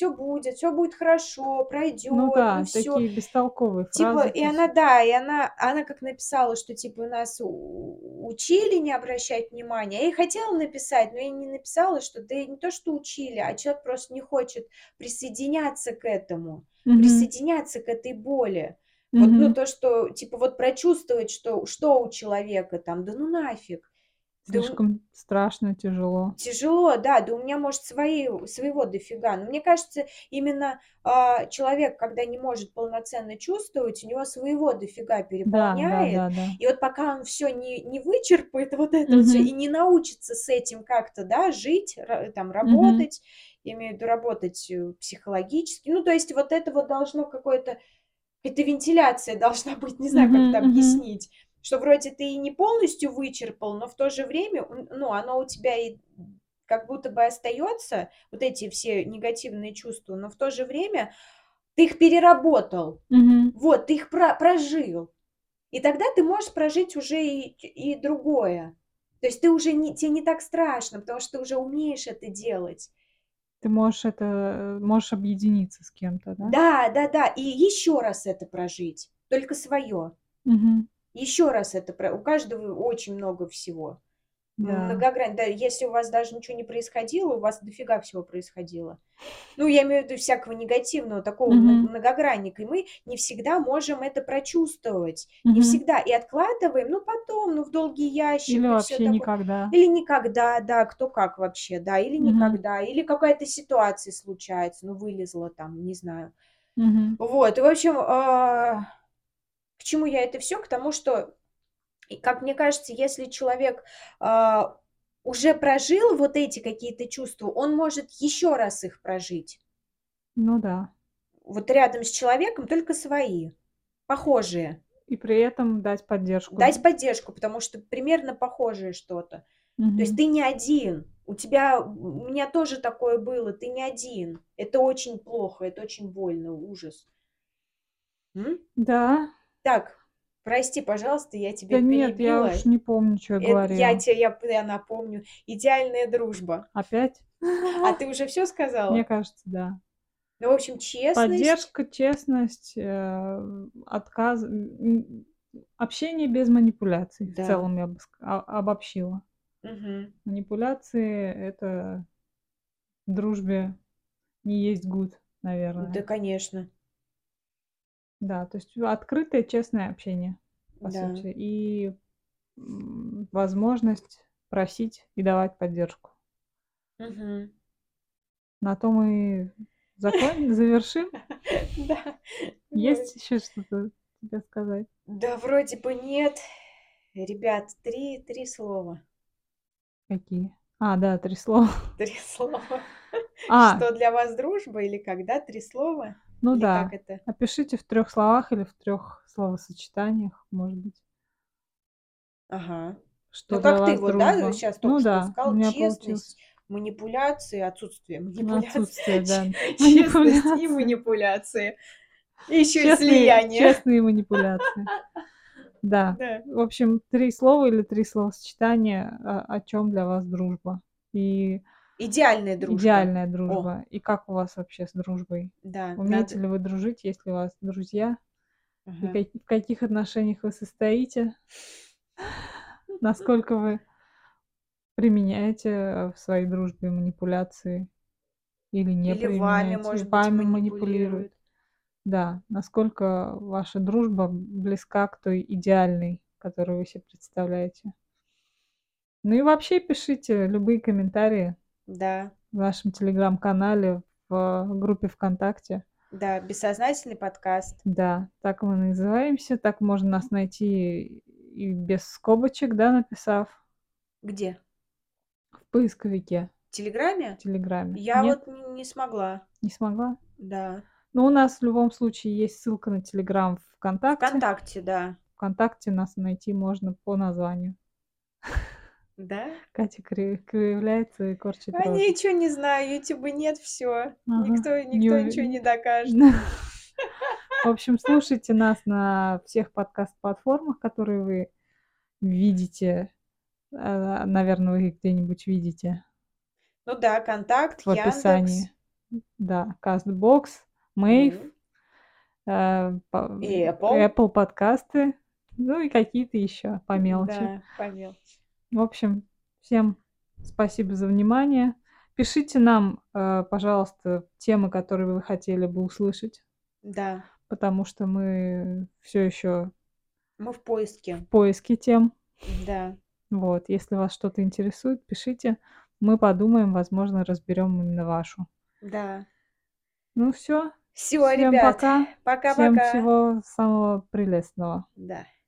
все будет хорошо, ну пройдет, ну, да, все. такие бестолковые Типа, фразы, и по она, сути. да, и она как написала, что, типа, нас учили не обращать внимания. Я ей хотела написать, но я не написала, что да и не то, что учили, а человек просто не хочет присоединяться к этому, Мгм. присоединяться к этой боли. Вот, ну, Мгм. то, что, типа, вот прочувствовать, что у человека там, да ну нафиг. Да Слишком страшно, тяжело. тяжело, да, да у меня, может, своего дофига. Но мне кажется, именно, человек, когда не может полноценно чувствовать, у него своего дофига Да, переполняет. да-да-да. И вот пока он все не вычерпает, вот это вот всё, и Мгм. не научится с этим как-то, да, жить, там Мгм. работать, я имею в виду работать, психологически. Ну, то есть вот это вот должно какая-то вентиляция должна быть, не знаю, как Мгм. это Мгм. объяснить. Что вроде ты и не полностью вычерпал, но в то же время, ну, оно у тебя и как будто бы остается, вот эти все негативные чувства, но в то же время ты их переработал. Мгм. Вот, ты их прожил. И тогда ты можешь прожить уже и другое. То есть ты уже тебе не так страшно, потому что ты уже умеешь это делать. Ты можешь можешь объединиться с кем-то, да? Да, да-да, и еще раз это прожить, только свое. Мгм. Еще раз это у каждого очень много всего. Да. Многогранно. Да, если у вас даже ничего не происходило, у вас дофига всего происходило. Ну, я имею в виду всякого негативного, такого Мгм. многогранника. И мы не всегда можем это прочувствовать. Не Мгм. всегда. И откладываем, ну, потом, ну, в долгий Или ящик и все вообще такое. никогда. Или никогда, да, кто как вообще, да, или Мгм. никогда. Или какая-то ситуация случается, ну, вылезла там, не знаю. Мгм. Вот, и, в общем, к чему я это все? К тому, что, и как мне кажется, если человек, а, уже прожил вот эти какие-то чувства, он может еще раз их прожить. Ну да. Вот рядом с человеком только свои, похожие. И при этом дать поддержку. Дать поддержку, потому что примерно похожее что-то. То есть Мгм. ты не один. У меня тоже такое было, ты не один. Это очень плохо, это очень больно, ужас. М? Да. Так, прости, пожалуйста, я тебя Да нет, я перебила. уж не помню, что я говорила. Я напомню. Идеальная дружба. Опять? А ты уже все Мне сказала? кажется, да. Ну, в общем, честность. Поддержка, честность, отказ, общение без манипуляций. В Да. целом я бы обобщила. Мгм. Манипуляции это в дружбе не есть good, Да, наверное. конечно. Да, то есть открытое, честное общение, по Да. сути, и возможность просить и давать поддержку. Мгм. На то мы завершим. Да. Ой. Есть еще что-то тебе сказать? Да, вроде бы нет. Ребят, три слова. Какие? А, да, 3 слова. 3 слова. А, Что для вас дружба или когда 3 слова? ну Или как да. это? Опишите в 3 словах или в 3 словосочетаниях, может быть, Ага. что Ну, для как ты вас вот, да, дружба. сейчас только Ну что да, у сказал: меня получилось. честность, манипуляции, отсутствие манипуляций, Отсутствие, да, честность и манипуляции. манипуляции. И еще и Честные слияние. честные манипуляции. Да. Да. В общем, 3 слова или 3 словосочетания, о чём для вас дружба. И Идеальная дружба. идеальная О, дружба. И как у вас вообще с дружбой? да, Умеете надо. ли вы дружить? Есть ли у вас друзья? И Ага. в каких отношениях вы состоите? Насколько вы применяете, в своей дружбе манипуляции или не Или вами, применяете? может быть, Вами манипулируют? манипулируют. Да. Насколько ваша дружба близка к той идеальной, которую вы себе представляете? Ну и вообще пишите любые комментарии Да, в нашем телеграм-канале, в группе ВКонтакте. да, бессознательный подкаст. Да, так мы называемся, так можно нас найти и без скобочек, да, написав Где? в поисковике В в Телеграме? Телеграме. Я Нет, вот не смогла. не смогла? Да. Но у нас в любом случае есть ссылка на Телеграм ВКонтакте. ВКонтакте, да. ВКонтакте нас найти можно по названию. Да? Катя кривляется и корчит А рожи. ничего не знаю, "Ютуба" нет, все. Ага, не Никто ничего не докажет. В общем, слушайте нас на всех подкаст-платформах, которые вы видите. Наверно, вы их где-нибудь видите Ну да, "Контакт", в "Яндекс", описании. Да, Castbox, Mave, мгм, по и Apple. Apple подкасты, ну и какие-то еще по мелочи. Да, по мелочи. В общем, всем спасибо за внимание. Пишите нам, пожалуйста, темы, которые вы хотели бы услышать, Да, потому что мы все еще мы в в поиске. поиске тем. Да, Вот, если вас что-то интересует, пишите. Мы подумаем, возможно, разберем именно вашу. да. Ну все, Все, всем ребят, пока, всем пока-пока. всего самого прелестного. Да.